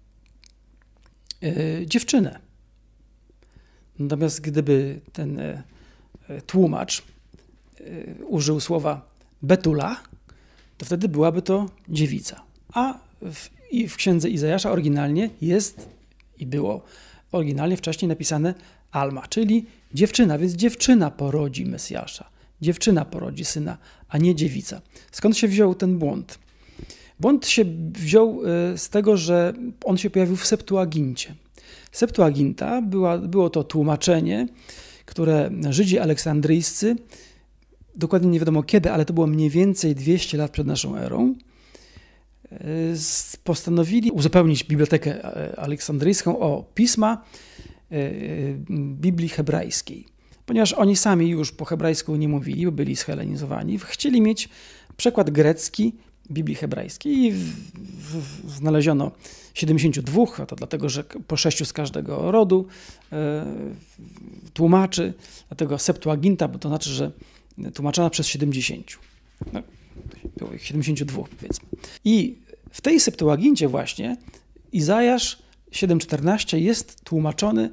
dziewczynę. Natomiast gdyby ten tłumacz użył słowa betula, to wtedy byłaby to dziewica. A w księdze Izajasza oryginalnie jest i było oryginalnie wcześniej napisane alma, czyli dziewczyna, więc dziewczyna porodzi Mesjasza. Dziewczyna porodzi syna, a nie dziewica. Skąd się wziął ten błąd? Błąd się wziął z tego, że on się pojawił w Septuagincie. Septuaginta było to tłumaczenie, które Żydzi aleksandryjscy, dokładnie nie wiadomo kiedy, ale to było mniej więcej 200 lat przed naszą erą, postanowili uzupełnić bibliotekę aleksandryjską o pisma Biblii hebrajskiej. Ponieważ oni sami już po hebrajsku nie mówili, bo byli schelenizowani, chcieli mieć przekład grecki Biblii hebrajskiej i znaleziono 72, a to dlatego, że po 6 z każdego rodu tłumaczy, dlatego Septuaginta, bo to znaczy, że tłumaczona przez 70. No, było ich 72, powiedzmy. I w tej Septuagincie właśnie Izajasz 7,14 jest tłumaczony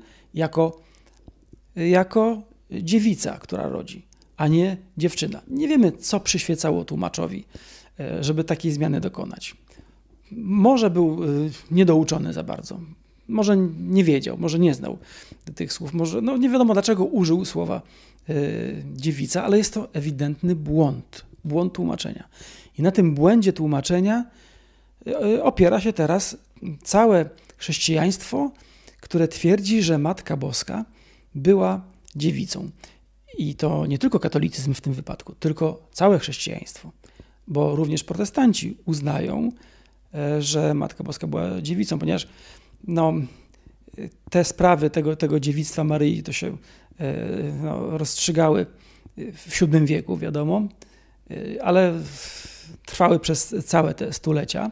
jako dziewica, która rodzi, a nie dziewczyna. Nie wiemy, co przyświecało tłumaczowi, żeby takiej zmiany dokonać. Może był niedouczony za bardzo, może nie wiedział, może nie znał tych słów, może nie wiadomo dlaczego użył słowa dziewica, ale jest to ewidentny błąd tłumaczenia. I na tym błędzie tłumaczenia opiera się teraz całe chrześcijaństwo, które twierdzi, że Matka Boska była dziewicą. I to nie tylko katolicyzm w tym wypadku, tylko całe chrześcijaństwo, bo również protestanci uznają, że Matka Boska była dziewicą, ponieważ te sprawy tego dziewictwa Maryi to się rozstrzygały w VII wieku, wiadomo, ale trwały przez całe te stulecia.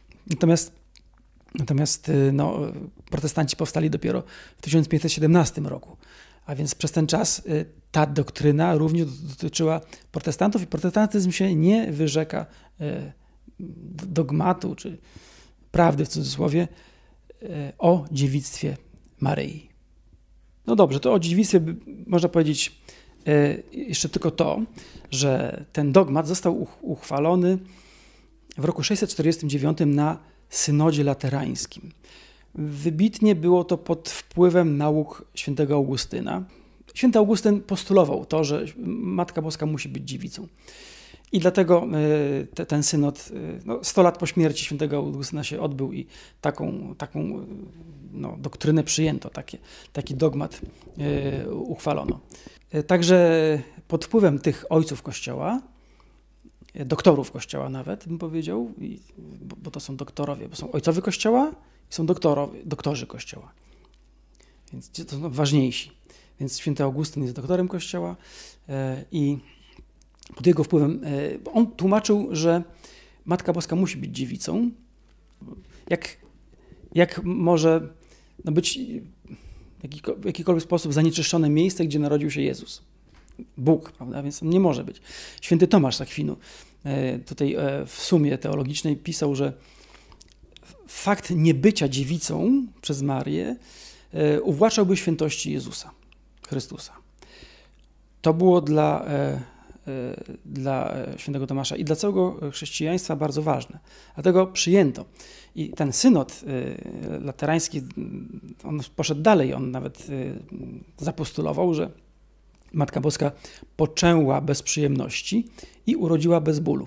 Natomiast protestanci powstali dopiero w 1517 roku, a więc przez ten czas ta doktryna również dotyczyła protestantów i protestantyzm się nie wyrzeka dogmatu czy prawdy w cudzysłowie o dziewictwie Maryi. No dobrze, to o dziewictwie można powiedzieć jeszcze tylko to, że ten dogmat został uchwalony w roku 649 na synodzie laterańskim. Wybitnie było to pod wpływem nauk świętego Augustyna. Święty Augustyn postulował to, że Matka Boska musi być dziewicą. I dlatego ten synod 100 lat po śmierci świętego Augustyna się odbył i taką doktrynę przyjęto, taki dogmat uchwalono. Także pod wpływem tych ojców Kościoła, doktorów Kościoła nawet, bym powiedział, bo to są doktorowie, bo są ojcowie Kościoła i są doktorzy Kościoła. Więc to są ważniejsi. Więc święty Augustyn jest doktorem Kościoła i pod jego wpływem on tłumaczył, że Matka Boska musi być dziewicą. Jak może być w jakikolwiek sposób zanieczyszczone miejsce, gdzie narodził się Jezus? Bóg, prawda? Więc on nie może być. Święty Tomasz z Akwinu tutaj w sumie teologicznej pisał, że fakt niebycia dziewicą przez Marię uwłaczałby świętości Jezusa Chrystusa. To było dla świętego Tomasza i dla całego chrześcijaństwa bardzo ważne. Dlatego przyjęto. I ten synod laterański, on poszedł dalej, on nawet zapostulował, że Matka Boska poczęła bez przyjemności i urodziła bez bólu.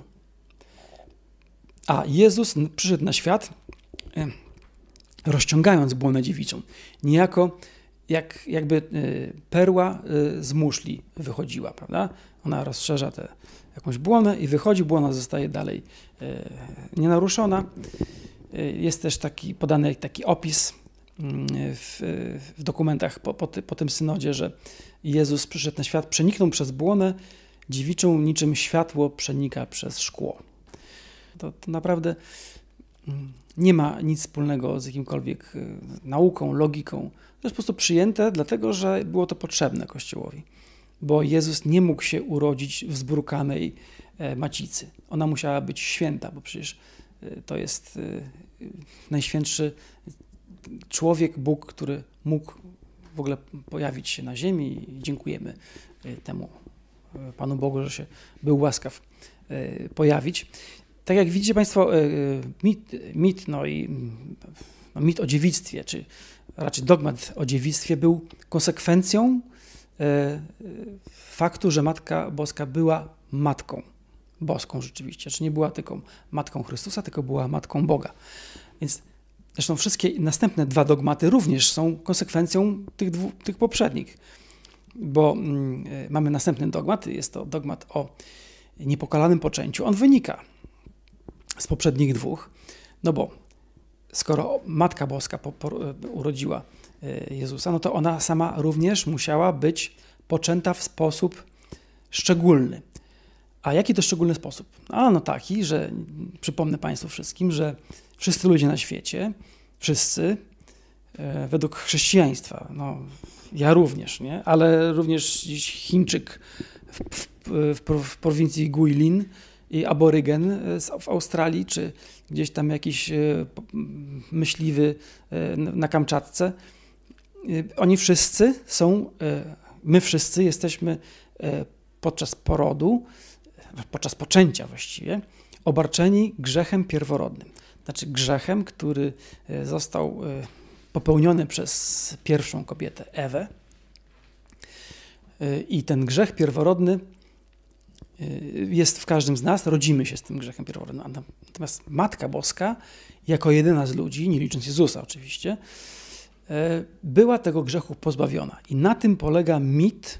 A Jezus przyszedł na świat rozciągając błonę dziewiczą. Niejako jakby perła z muszli wychodziła, prawda? Ona rozszerza jakąś błonę i wychodzi, błona zostaje dalej nienaruszona. Jest też podany taki opis w dokumentach po tym synodzie, że Jezus przyszedł na świat, przeniknął przez błonę dziewiczą, niczym światło przenika przez szkło. To naprawdę nie ma nic wspólnego z jakimkolwiek nauką, logiką. To jest po prostu przyjęte, dlatego że było to potrzebne Kościołowi. Bo Jezus nie mógł się urodzić w zbrukanej macicy. Ona musiała być święta, bo przecież to jest najświętszy człowiek, Bóg, który mógł w ogóle pojawić się na ziemi i dziękujemy temu Panu Bogu, że się był łaskaw pojawić. Tak jak widzicie Państwo, mit o dziewictwie, czy raczej dogmat o dziewictwie był konsekwencją faktu, że Matka Boska była Matką Boską rzeczywiście. Czy nie była tylko Matką Chrystusa, tylko była Matką Boga. Więc zresztą wszystkie następne dwa dogmaty również są konsekwencją tych poprzednich. Bo mamy następny dogmat, jest to dogmat o niepokalanym poczęciu. On wynika z poprzednich dwóch, no bo skoro Matka Boska urodziła Jezusa, no to ona sama również musiała być poczęta w sposób szczególny. A jaki to szczególny sposób? No taki, że przypomnę Państwu wszystkim, że wszyscy ludzie na świecie, wszyscy według chrześcijaństwa, ja również, nie? Ale również Chińczyk w prowincji Guilin i aborygen w Australii, czy gdzieś tam jakiś myśliwy na Kamczatce. Oni wszyscy my wszyscy jesteśmy podczas porodu, podczas poczęcia właściwie, obarczeni grzechem pierworodnym. Znaczy grzechem, który został popełniony przez pierwszą kobietę, Ewę. I ten grzech pierworodny jest w każdym z nas, rodzimy się z tym grzechem pierworodnym. Natomiast Matka Boska, jako jedyna z ludzi, nie licząc Jezusa oczywiście, była tego grzechu pozbawiona. I na tym polega mit,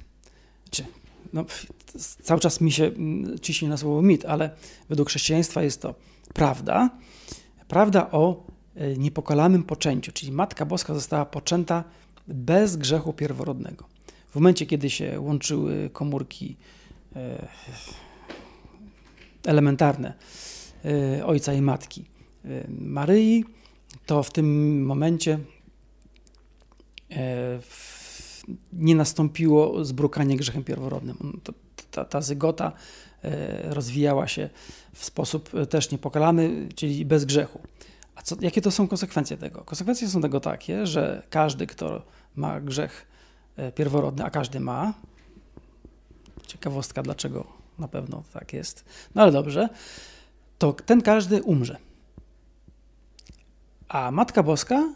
cały czas mi się ciśnie na słowo mit, ale według chrześcijaństwa jest to prawda. Prawda o niepokalanym poczęciu, czyli Matka Boska została poczęta bez grzechu pierworodnego. W momencie, kiedy się łączyły komórki elementarne ojca i matki Maryi, to w tym momencie nie nastąpiło zbrukanie grzechem pierworodnym. Ta zygota rozwijała się w sposób też niepokalany, czyli bez grzechu. A jakie to są konsekwencje tego? Konsekwencje są tego takie, że każdy, kto ma grzech pierworodny, a każdy ma, ciekawostka dlaczego na pewno tak jest, no ale dobrze, to ten każdy umrze. A Matka Boska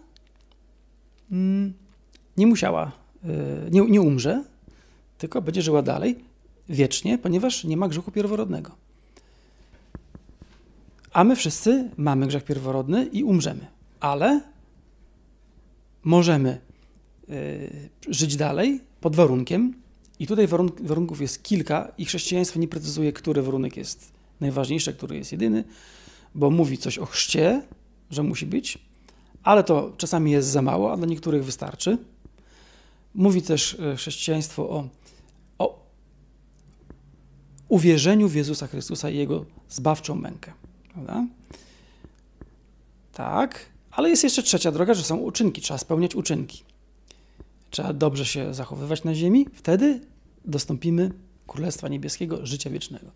nie musiała, nie umrze, tylko będzie żyła dalej wiecznie, ponieważ nie ma grzechu pierworodnego. A my wszyscy mamy grzech pierworodny i umrzemy, ale możemy żyć dalej pod warunkiem, i tutaj warunków jest kilka i chrześcijaństwo nie precyzuje, który warunek jest najważniejszy, który jest jedyny, bo mówi coś o chrzcie, że musi być, ale to czasami jest za mało, a dla niektórych wystarczy. Mówi też chrześcijaństwo o uwierzeniu w Jezusa Chrystusa i Jego zbawczą mękę. Prawda? Tak, ale jest jeszcze trzecia droga, że są uczynki, trzeba spełniać uczynki. Trzeba dobrze się zachowywać na ziemi, wtedy dostąpimy Królestwa Niebieskiego, życia wiecznego.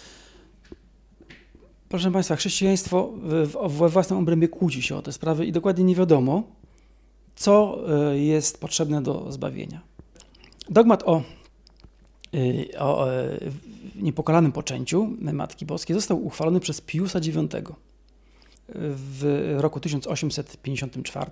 Proszę Państwa, chrześcijaństwo we własnym obrębie kłóci się o te sprawy i dokładnie nie wiadomo, co jest potrzebne do zbawienia. Dogmat o niepokalanym poczęciu Matki Boskiej został uchwalony przez Piusa IX w roku 1854.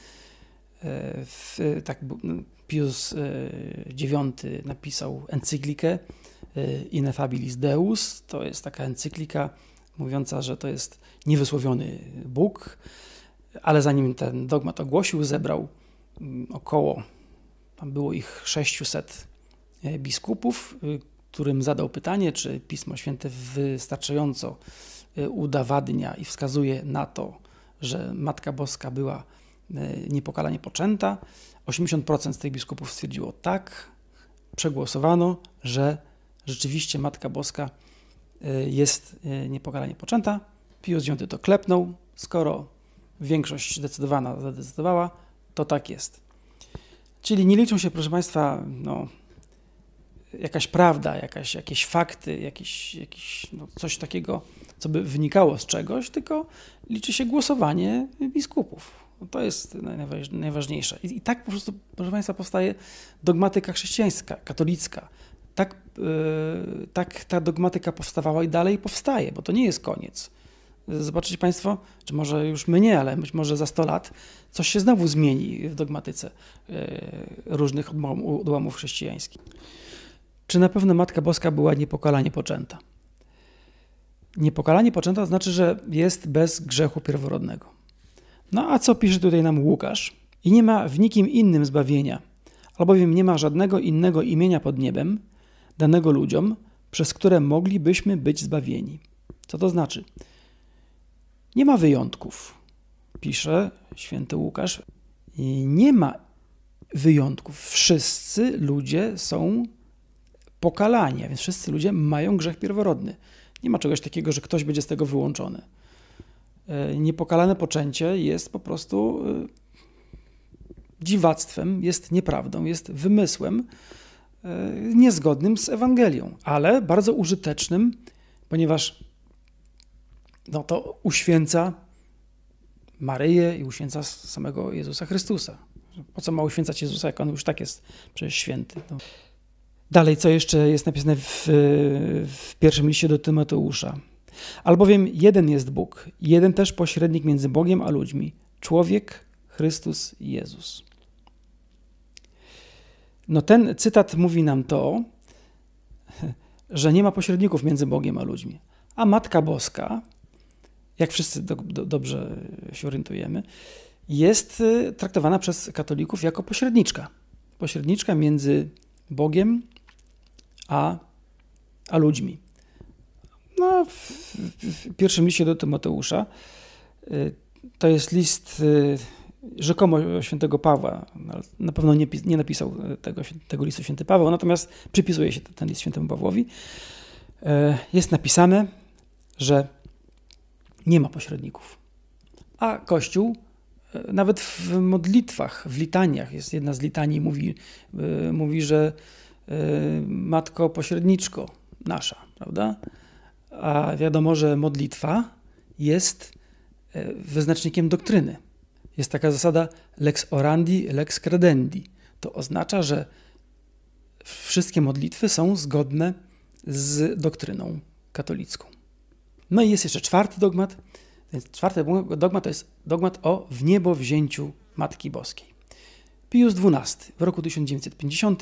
Pius IX napisał encyklikę Ineffabilis Deus. To jest taka encyklika mówiąca, że to jest niewysłowiony Bóg, ale zanim ten dogmat ogłosił, zebrał około, tam było ich 600 biskupów, którym zadał pytanie, czy Pismo Święte wystarczająco udowadnia i wskazuje na to, że Matka Boska była niepokalanie poczęta. 80% z tych biskupów stwierdziło tak, przegłosowano, że rzeczywiście Matka Boska jest niepokalanie poczęta. Pius IX to klepnął, skoro większość zdecydowana zadecydowała, to tak jest. Czyli nie liczą się, proszę Państwa, jakaś prawda, jakieś fakty, coś takiego, co by wynikało z czegoś, tylko liczy się głosowanie biskupów. To jest najważniejsze. I tak po prostu, proszę Państwa, powstaje dogmatyka chrześcijańska, katolicka. Tak ta dogmatyka powstawała i dalej powstaje, bo to nie jest koniec. Zobaczycie Państwo, czy może już my nie, ale być może za 100 lat coś się znowu zmieni w dogmatyce różnych odłamów chrześcijańskich. Czy na pewno Matka Boska była niepokalanie poczęta? Niepokalanie poczęta znaczy, że jest bez grzechu pierworodnego. No a co pisze tutaj nam Łukasz? I nie ma w nikim innym zbawienia, albowiem nie ma żadnego innego imienia pod niebem danego ludziom, przez które moglibyśmy być zbawieni. Co to znaczy? Nie ma wyjątków, pisze święty Łukasz. I nie ma wyjątków. Wszyscy ludzie są pokalani, a więc wszyscy ludzie mają grzech pierworodny. Nie ma czegoś takiego, że ktoś będzie z tego wyłączony. Niepokalane poczęcie jest po prostu dziwactwem, jest nieprawdą, jest wymysłem niezgodnym z Ewangelią, ale bardzo użytecznym, ponieważ to uświęca Maryję i uświęca samego Jezusa Chrystusa. Po co ma uświęcać Jezusa, jak On już tak jest przecież święty? Dalej, co jeszcze jest napisane w pierwszym liście do Tymoteusza. Albowiem jeden jest Bóg, jeden też pośrednik między Bogiem a ludźmi, człowiek, Chrystus Jezus. Ten cytat mówi nam to, że nie ma pośredników między Bogiem a ludźmi. A Matka Boska, jak wszyscy dobrze się orientujemy, jest traktowana przez katolików jako pośredniczka. Pośredniczka między Bogiem a ludźmi. No, w pierwszym liście do Tymoteusza, to jest list rzekomo świętego Pawła, na pewno nie napisał tego listu święty Paweł, natomiast przypisuje się ten list świętemu Pawłowi. Jest napisane, że nie ma pośredników. A Kościół nawet w modlitwach, w litaniach, jest jedna z litanii, mówi, że Matko pośredniczko nasza, prawda? A wiadomo, że modlitwa jest wyznacznikiem doktryny. Jest taka zasada lex orandi, lex credendi. To oznacza, że wszystkie modlitwy są zgodne z doktryną katolicką. No i jest jeszcze czwarty dogmat. Czwarty dogmat to jest dogmat o wniebowzięciu Matki Boskiej. Pius XII w roku 1950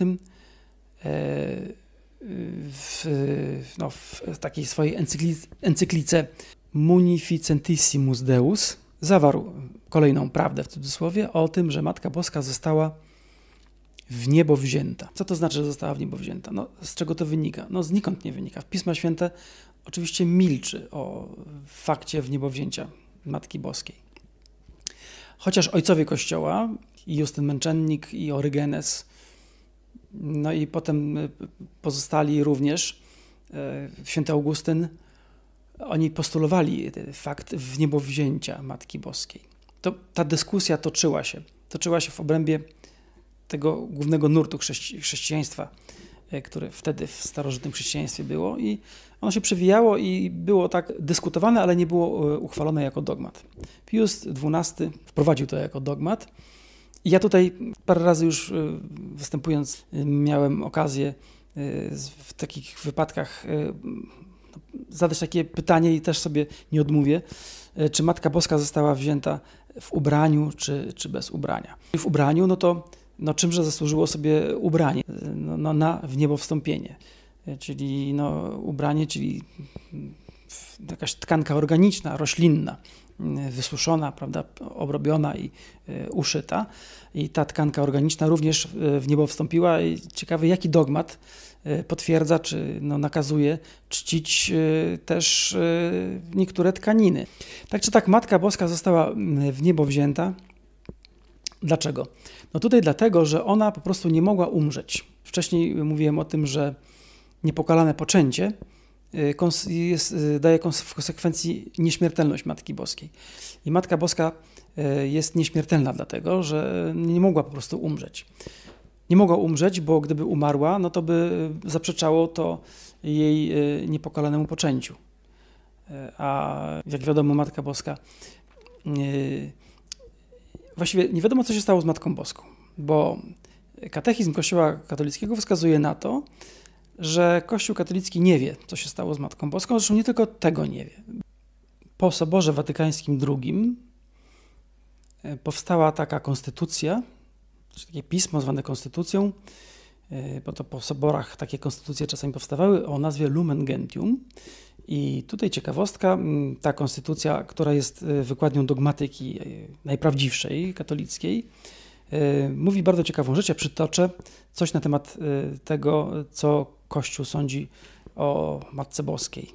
w takiej swojej encyklice Munificentissimus Deus zawarł kolejną prawdę w cudzysłowie o tym, że Matka Boska została w niebo wzięta. Co to znaczy, że została w niebo wzięta? No, z czego to wynika? No, znikąd nie wynika. Pismo Święte oczywiście milczy o fakcie wniebowzięcia Matki Boskiej. Chociaż ojcowie Kościoła, i Justyn Męczennik, i Orygenes, no i potem pozostali również, święty Augustyn, oni postulowali fakt wniebowzięcia Matki Boskiej. Ta dyskusja toczyła się w obrębie tego głównego nurtu chrześcijaństwa, które wtedy w starożytnym chrześcijaństwie było, i ono się przewijało i było tak dyskutowane, ale nie było uchwalone jako dogmat. Pius XII wprowadził to jako dogmat i ja tutaj parę razy już występując miałem okazję w takich wypadkach zadać takie pytanie i też sobie nie odmówię, czy Matka Boska została wzięta w ubraniu, czy bez ubrania. W ubraniu, no to czymże zasłużyło sobie ubranie? Na wniebowstąpienie. Czyli ubranie, czyli jakaś tkanka organiczna, roślinna, wysuszona, prawda, obrobiona i uszyta. I ta tkanka organiczna również w niebo wstąpiła. I ciekawe, jaki dogmat potwierdza, czy nakazuje czcić też niektóre tkaniny. Tak czy tak, Matka Boska została w niebo wzięta. Dlaczego? No tutaj dlatego, że ona po prostu nie mogła umrzeć. Wcześniej mówiłem o tym, że niepokalane poczęcie daje w konsekwencji nieśmiertelność Matki Boskiej. I Matka Boska jest nieśmiertelna dlatego, że nie mogła po prostu umrzeć. Nie mogła umrzeć, bo gdyby umarła, no to by zaprzeczało to jej niepokalanemu poczęciu. A jak wiadomo, Matka Boska... Właściwie nie wiadomo, co się stało z Matką Boską, bo katechizm Kościoła katolickiego wskazuje na to, że Kościół katolicki nie wie, co się stało z Matką Boską, zresztą nie tylko tego nie wie. Po Soborze Watykańskim II powstała taka konstytucja, czy takie pismo zwane konstytucją, bo to po soborach takie konstytucje czasami powstawały, o nazwie Lumen Gentium. I tutaj ciekawostka, ta konstytucja, która jest wykładnią dogmatyki najprawdziwszej, katolickiej, mówi bardzo ciekawą rzecz. Ja przytoczę coś na temat tego, co Kościół sądzi o Matce Boskiej.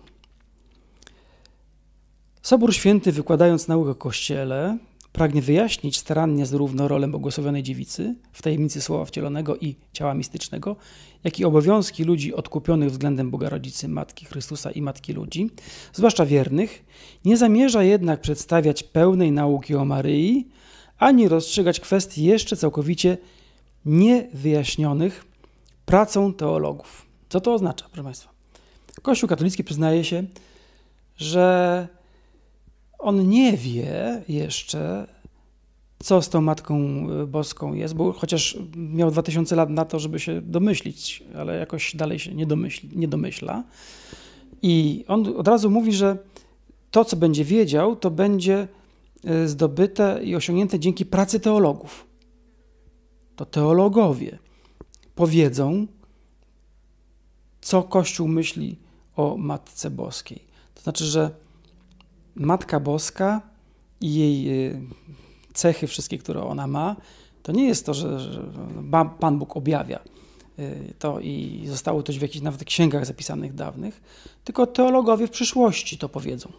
Sobór Święty, wykładając naukę o Kościele, pragnie wyjaśnić starannie zarówno rolę błogosławionej dziewicy w tajemnicy Słowa Wcielonego i ciała mistycznego, jak i obowiązki ludzi odkupionych względem Boga Rodzicy, Matki Chrystusa i Matki ludzi, zwłaszcza wiernych, nie zamierza jednak przedstawiać pełnej nauki o Maryi, ani rozstrzygać kwestii jeszcze całkowicie niewyjaśnionych pracą teologów. Co to oznacza, proszę Państwa? Kościół katolicki przyznaje się, że on nie wie jeszcze, co z tą Matką Boską jest, bo chociaż miał 2000 lat na to, żeby się domyślić, ale jakoś dalej się nie domyśla. I on od razu mówi, że to, co będzie wiedział, to będzie zdobyte i osiągnięte dzięki pracy teologów. To teologowie powiedzą, co Kościół myśli o Matce Boskiej. To znaczy, że Matka Boska i jej cechy wszystkie, które ona ma, to nie jest to, że Pan Bóg objawia to i zostało to w jakichś nawet księgach zapisanych dawnych, tylko teologowie w przyszłości to powiedzą.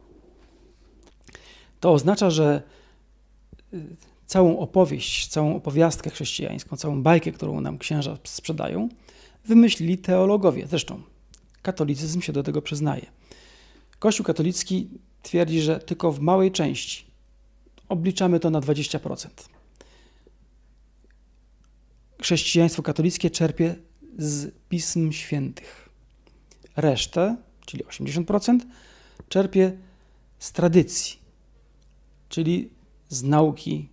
To oznacza, że całą opowieść, całą opowiastkę chrześcijańską, całą bajkę, którą nam księża sprzedają, wymyślili teologowie. Zresztą katolicyzm się do tego przyznaje. Kościół katolicki twierdzi, że tylko w małej części, obliczamy to na 20%. Chrześcijaństwo katolickie czerpie z Pism Świętych. Resztę, czyli 80%, czerpie z tradycji, czyli z nauki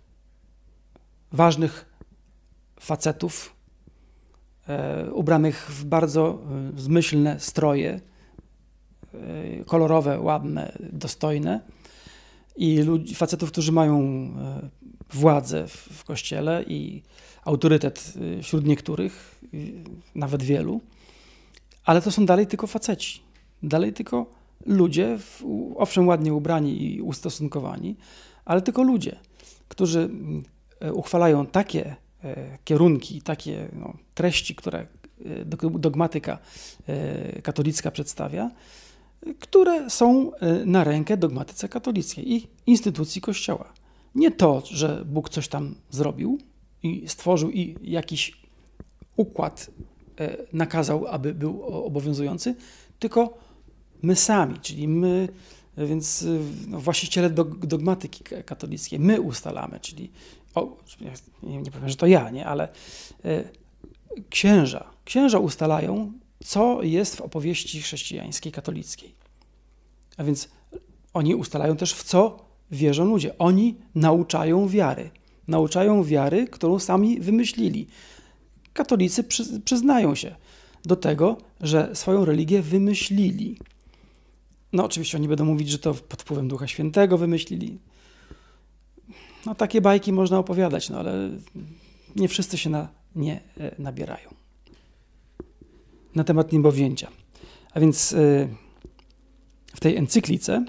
ważnych facetów ubranych w bardzo zmyślne stroje, kolorowe, ładne, dostojne i facetów, którzy mają władzę w Kościele i autorytet wśród niektórych, nawet wielu, ale to są dalej tylko faceci, dalej tylko ludzie, owszem ładnie ubrani i ustosunkowani, ale tylko ludzie, którzy uchwalają takie kierunki, takie treści, które dogmatyka katolicka przedstawia, które są na rękę dogmatyce katolickiej i instytucji Kościoła. Nie to, że Bóg coś tam zrobił i stworzył i jakiś układ nakazał, aby był obowiązujący, tylko my sami, czyli my, więc właściciele dogmatyki katolickiej, my ustalamy, czyli nie powiem, że to ja, nie, ale księża ustalają, co jest w opowieści chrześcijańskiej, katolickiej. A więc oni ustalają też, w co wierzą ludzie. Oni nauczają wiary, którą sami wymyślili. Katolicy przyznają się do tego, że swoją religię wymyślili. No oczywiście oni będą mówić, że to pod wpływem Ducha Świętego wymyślili. No takie bajki można opowiadać, no ale nie wszyscy się na nie nabierają. Na temat niebowzięcia. A więc w tej encyklice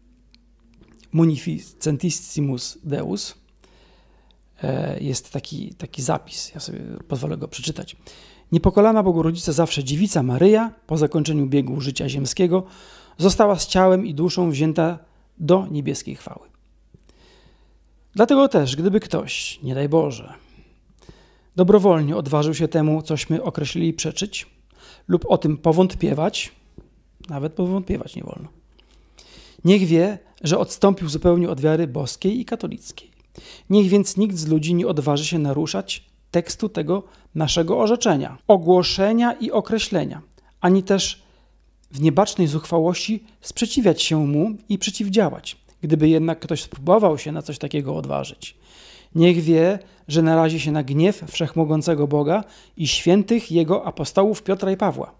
Munificentissimus Deus jest taki zapis, ja sobie pozwolę go przeczytać. Niepokalana Bogorodzica zawsze dziewica Maryja po zakończeniu biegu życia ziemskiego została z ciałem i duszą wzięta do niebieskiej chwały. Dlatego też, gdyby ktoś, nie daj Boże, dobrowolnie odważył się temu, cośmy określili przeczyć lub o tym powątpiewać, nawet powątpiewać nie wolno, niech wie, że odstąpił zupełnie od wiary boskiej i katolickiej. Niech więc nikt z ludzi nie odważy się naruszać tekstu tego naszego orzeczenia, ogłoszenia i określenia, ani też w niebacznej zuchwałości sprzeciwiać się mu i przeciwdziałać, gdyby jednak ktoś spróbował się na coś takiego odważyć. Niech wie, że narazi się na gniew wszechmogącego Boga i świętych Jego apostołów Piotra i Pawła.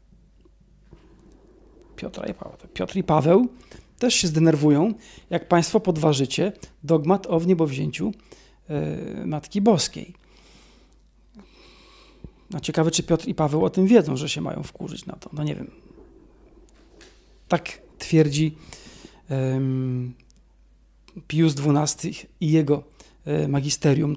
Piotr i Paweł też się zdenerwują, jak państwo podważycie dogmat o wniebowzięciu Matki Boskiej. No ciekawe, czy Piotr i Paweł o tym wiedzą, że się mają wkurzyć na to. No nie wiem. Tak twierdzi Pius XII i jego magisterium.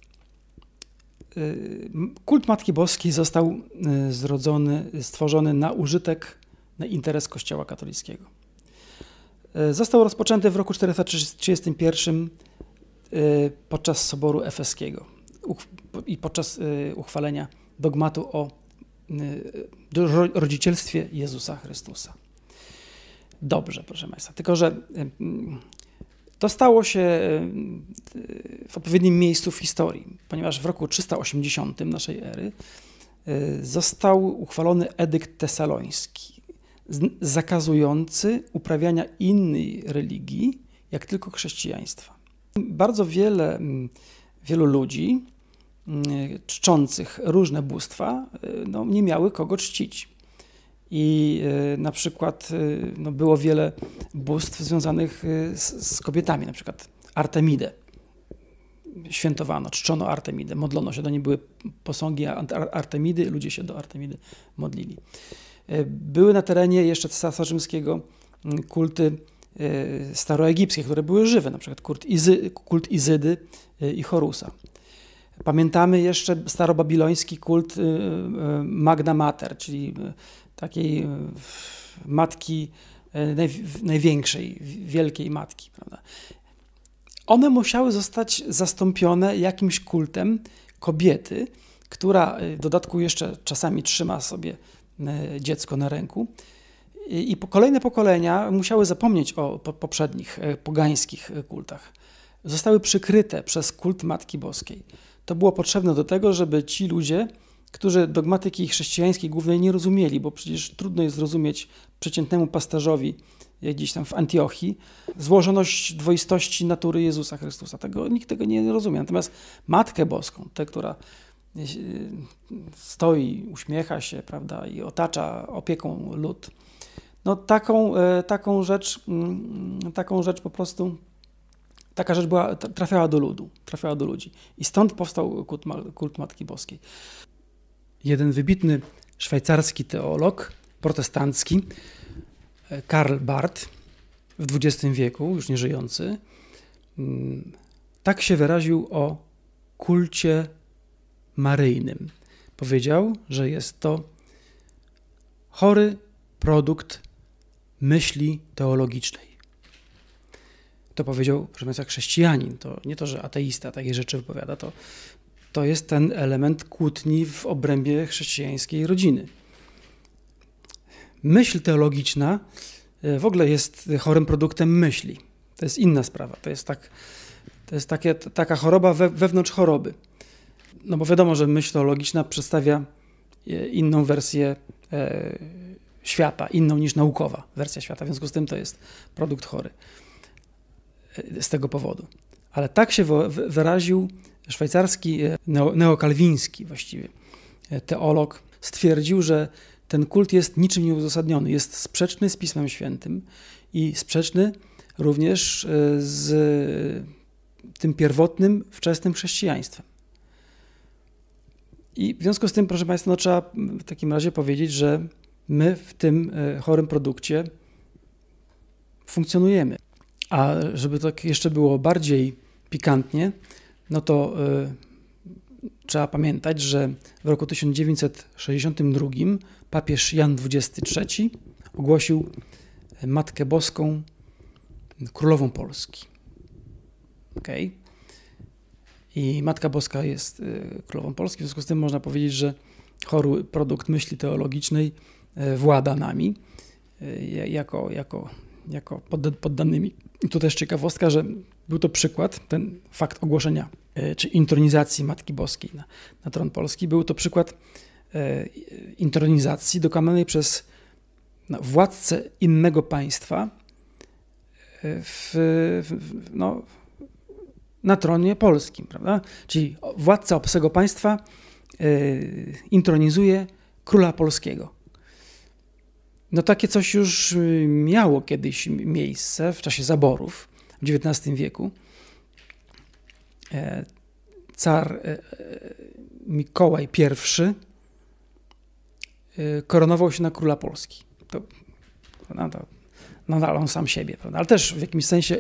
Kult Matki Boskiej został stworzony na użytek, na interes Kościoła katolickiego. Został rozpoczęty w roku 431 podczas Soboru Efeskiego i podczas uchwalenia dogmatu o rodzicielstwie Jezusa Chrystusa. Dobrze, proszę Państwa, tylko że to stało się w odpowiednim miejscu w historii, ponieważ w roku 380 naszej ery został uchwalony edykt tesaloński, zakazujący uprawiania innej religii, jak tylko chrześcijaństwa. Bardzo wielu ludzi czczących różne bóstwa nie miały kogo czcić. I na przykład było wiele bóstw związanych z kobietami, na przykład Artemidę. świętowano, czczono Artemidę, modlono się do niej, były posągi Artemidy, ludzie się do Artemidy modlili. Były na terenie jeszcze Cesarstwa Rzymskiego kulty staroegipskie, które były żywe, na przykład kult Izydy i Horusa. Pamiętamy jeszcze starobabiloński kult Magna Mater, czyli takiej matki największej, wielkiej matki, prawda? One musiały zostać zastąpione jakimś kultem kobiety, która w dodatku jeszcze czasami trzyma sobie dziecko na ręku. I kolejne pokolenia musiały zapomnieć o poprzednich pogańskich kultach. Zostały przykryte przez kult Matki Boskiej. To było potrzebne do tego, żeby ci ludzie, którzy dogmatyki chrześcijańskiej głównej nie rozumieli, bo przecież trudno jest zrozumieć przeciętnemu pasterzowi gdzieś tam w Antiochii złożoność dwoistości natury Jezusa Chrystusa. Nikt tego nie rozumie. Natomiast Matkę Boską, tę, która stoi, uśmiecha się, prawda, i otacza opieką lud, no taką rzecz po prostu, taka rzecz trafiała do ludu, trafiała do ludzi. I stąd powstał kult Matki Boskiej. Jeden wybitny szwajcarski teolog protestancki, Karl Barth, w XX wieku, już nieżyjący, tak się wyraził o kulcie maryjnym. Powiedział, że jest to chory produkt myśli teologicznej. To powiedział, proszę Państwa, chrześcijanin. To nie to, że ateista takie rzeczy wypowiada, to jest ten element kłótni w obrębie chrześcijańskiej rodziny. Myśl teologiczna w ogóle jest chorym produktem myśli. To jest inna sprawa. To jest taka choroba wewnątrz choroby. No bo wiadomo, że myśl teologiczna przedstawia inną wersję świata, inną niż naukowa wersja świata. W związku z tym to jest produkt chory z tego powodu. Ale tak się wyraził szwajcarski, neokalwiński właściwie teolog. Stwierdził, że ten kult jest niczym nieuzasadniony, jest sprzeczny z Pismem Świętym i sprzeczny również z tym pierwotnym, wczesnym chrześcijaństwem. I w związku z tym, proszę Państwa, trzeba w takim razie powiedzieć, że my w tym chorym produkcie funkcjonujemy. A żeby tak jeszcze było bardziej pikantnie, no to trzeba pamiętać, że w roku 1962 papież Jan XXIII ogłosił Matkę Boską królową Polski. Okay? I Matka Boska jest królową Polski, w związku z tym można powiedzieć, że chory produkt myśli teologicznej włada nami jako poddanymi. I tu też ciekawostka, że był to przykład, ten fakt ogłoszenia czy intronizacji Matki Boskiej na tron Polski, był to przykład intronizacji dokonanej przez władcę innego państwa na tronie polskim, prawda? Czyli władca obcego państwa intronizuje króla polskiego. No takie coś już miało kiedyś miejsce w czasie zaborów w XIX wieku. Car Mikołaj I koronował się na króla Polski. To nadal on sam siebie, prawda? Ale też w jakimś sensie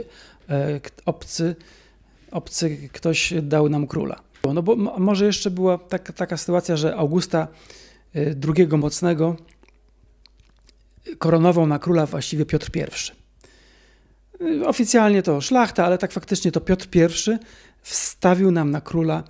obcy ktoś dał nam króla. No bo może jeszcze była taka sytuacja, że Augusta II Mocnego koronował na króla właściwie Piotr I. Oficjalnie to szlachta, ale tak faktycznie to Piotr I wstawił nam na króla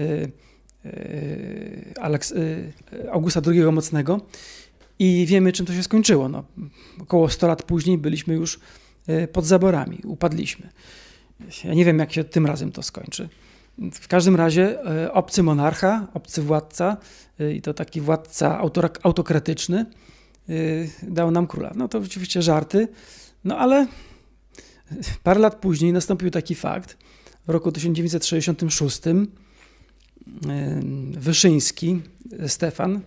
Augusta II Mocnego i wiemy, czym to się skończyło. No, około 100 lat później byliśmy już pod zaborami, upadliśmy. Ja nie wiem, jak się tym razem to skończy. W każdym razie obcy monarcha, obcy władca i to taki władca autokratyczny dał nam króla. No to oczywiście żarty, no ale parę lat później nastąpił taki fakt. W roku 1966 Wyszyński Stefan,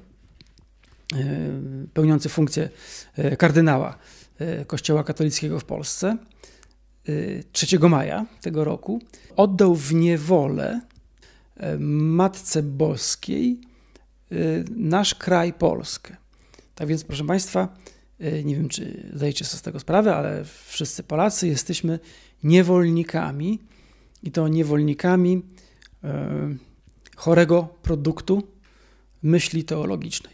pełniący funkcję kardynała Kościoła katolickiego w Polsce, 3 maja tego roku oddał w niewolę Matce Boskiej nasz kraj, Polskę. Tak więc, proszę Państwa, nie wiem, czy zdajecie sobie z tego sprawę, ale wszyscy Polacy jesteśmy niewolnikami i to niewolnikami chorego produktu myśli teologicznej.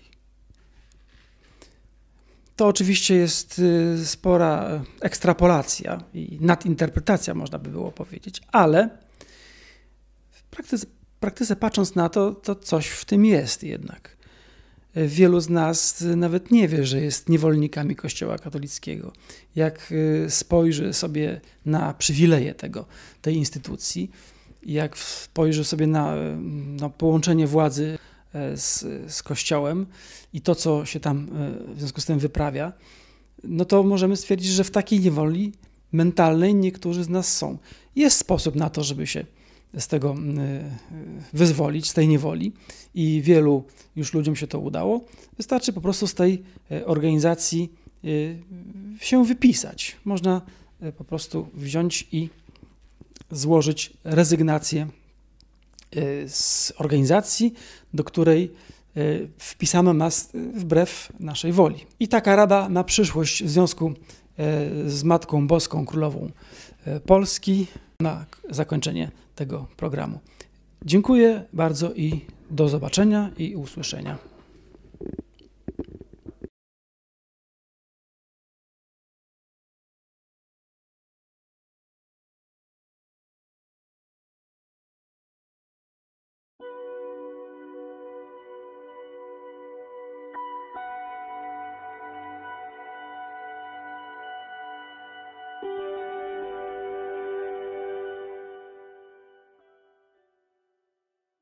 To oczywiście jest spora ekstrapolacja i nadinterpretacja, można by było powiedzieć, ale w praktyce patrząc na to, to coś w tym jest jednak. Wielu z nas nawet nie wie, że jest niewolnikami Kościoła katolickiego. Jak spojrzy sobie na przywileje tej instytucji, jak spojrzy sobie na połączenie władzy z Kościołem i to, co się tam w związku z tym wyprawia, no to możemy stwierdzić, że w takiej niewoli mentalnej niektórzy z nas są. Jest sposób na to, żeby się z tego wyzwolić, z tej niewoli i wielu już ludziom się to udało. Wystarczy po prostu z tej organizacji się wypisać. Można po prostu wziąć i złożyć rezygnację z organizacji, do której wpisano nas wbrew naszej woli. I taka rada na przyszłość w związku z Matką Boską, Królową Polski na zakończenie tego programu. Dziękuję bardzo i do zobaczenia i usłyszenia.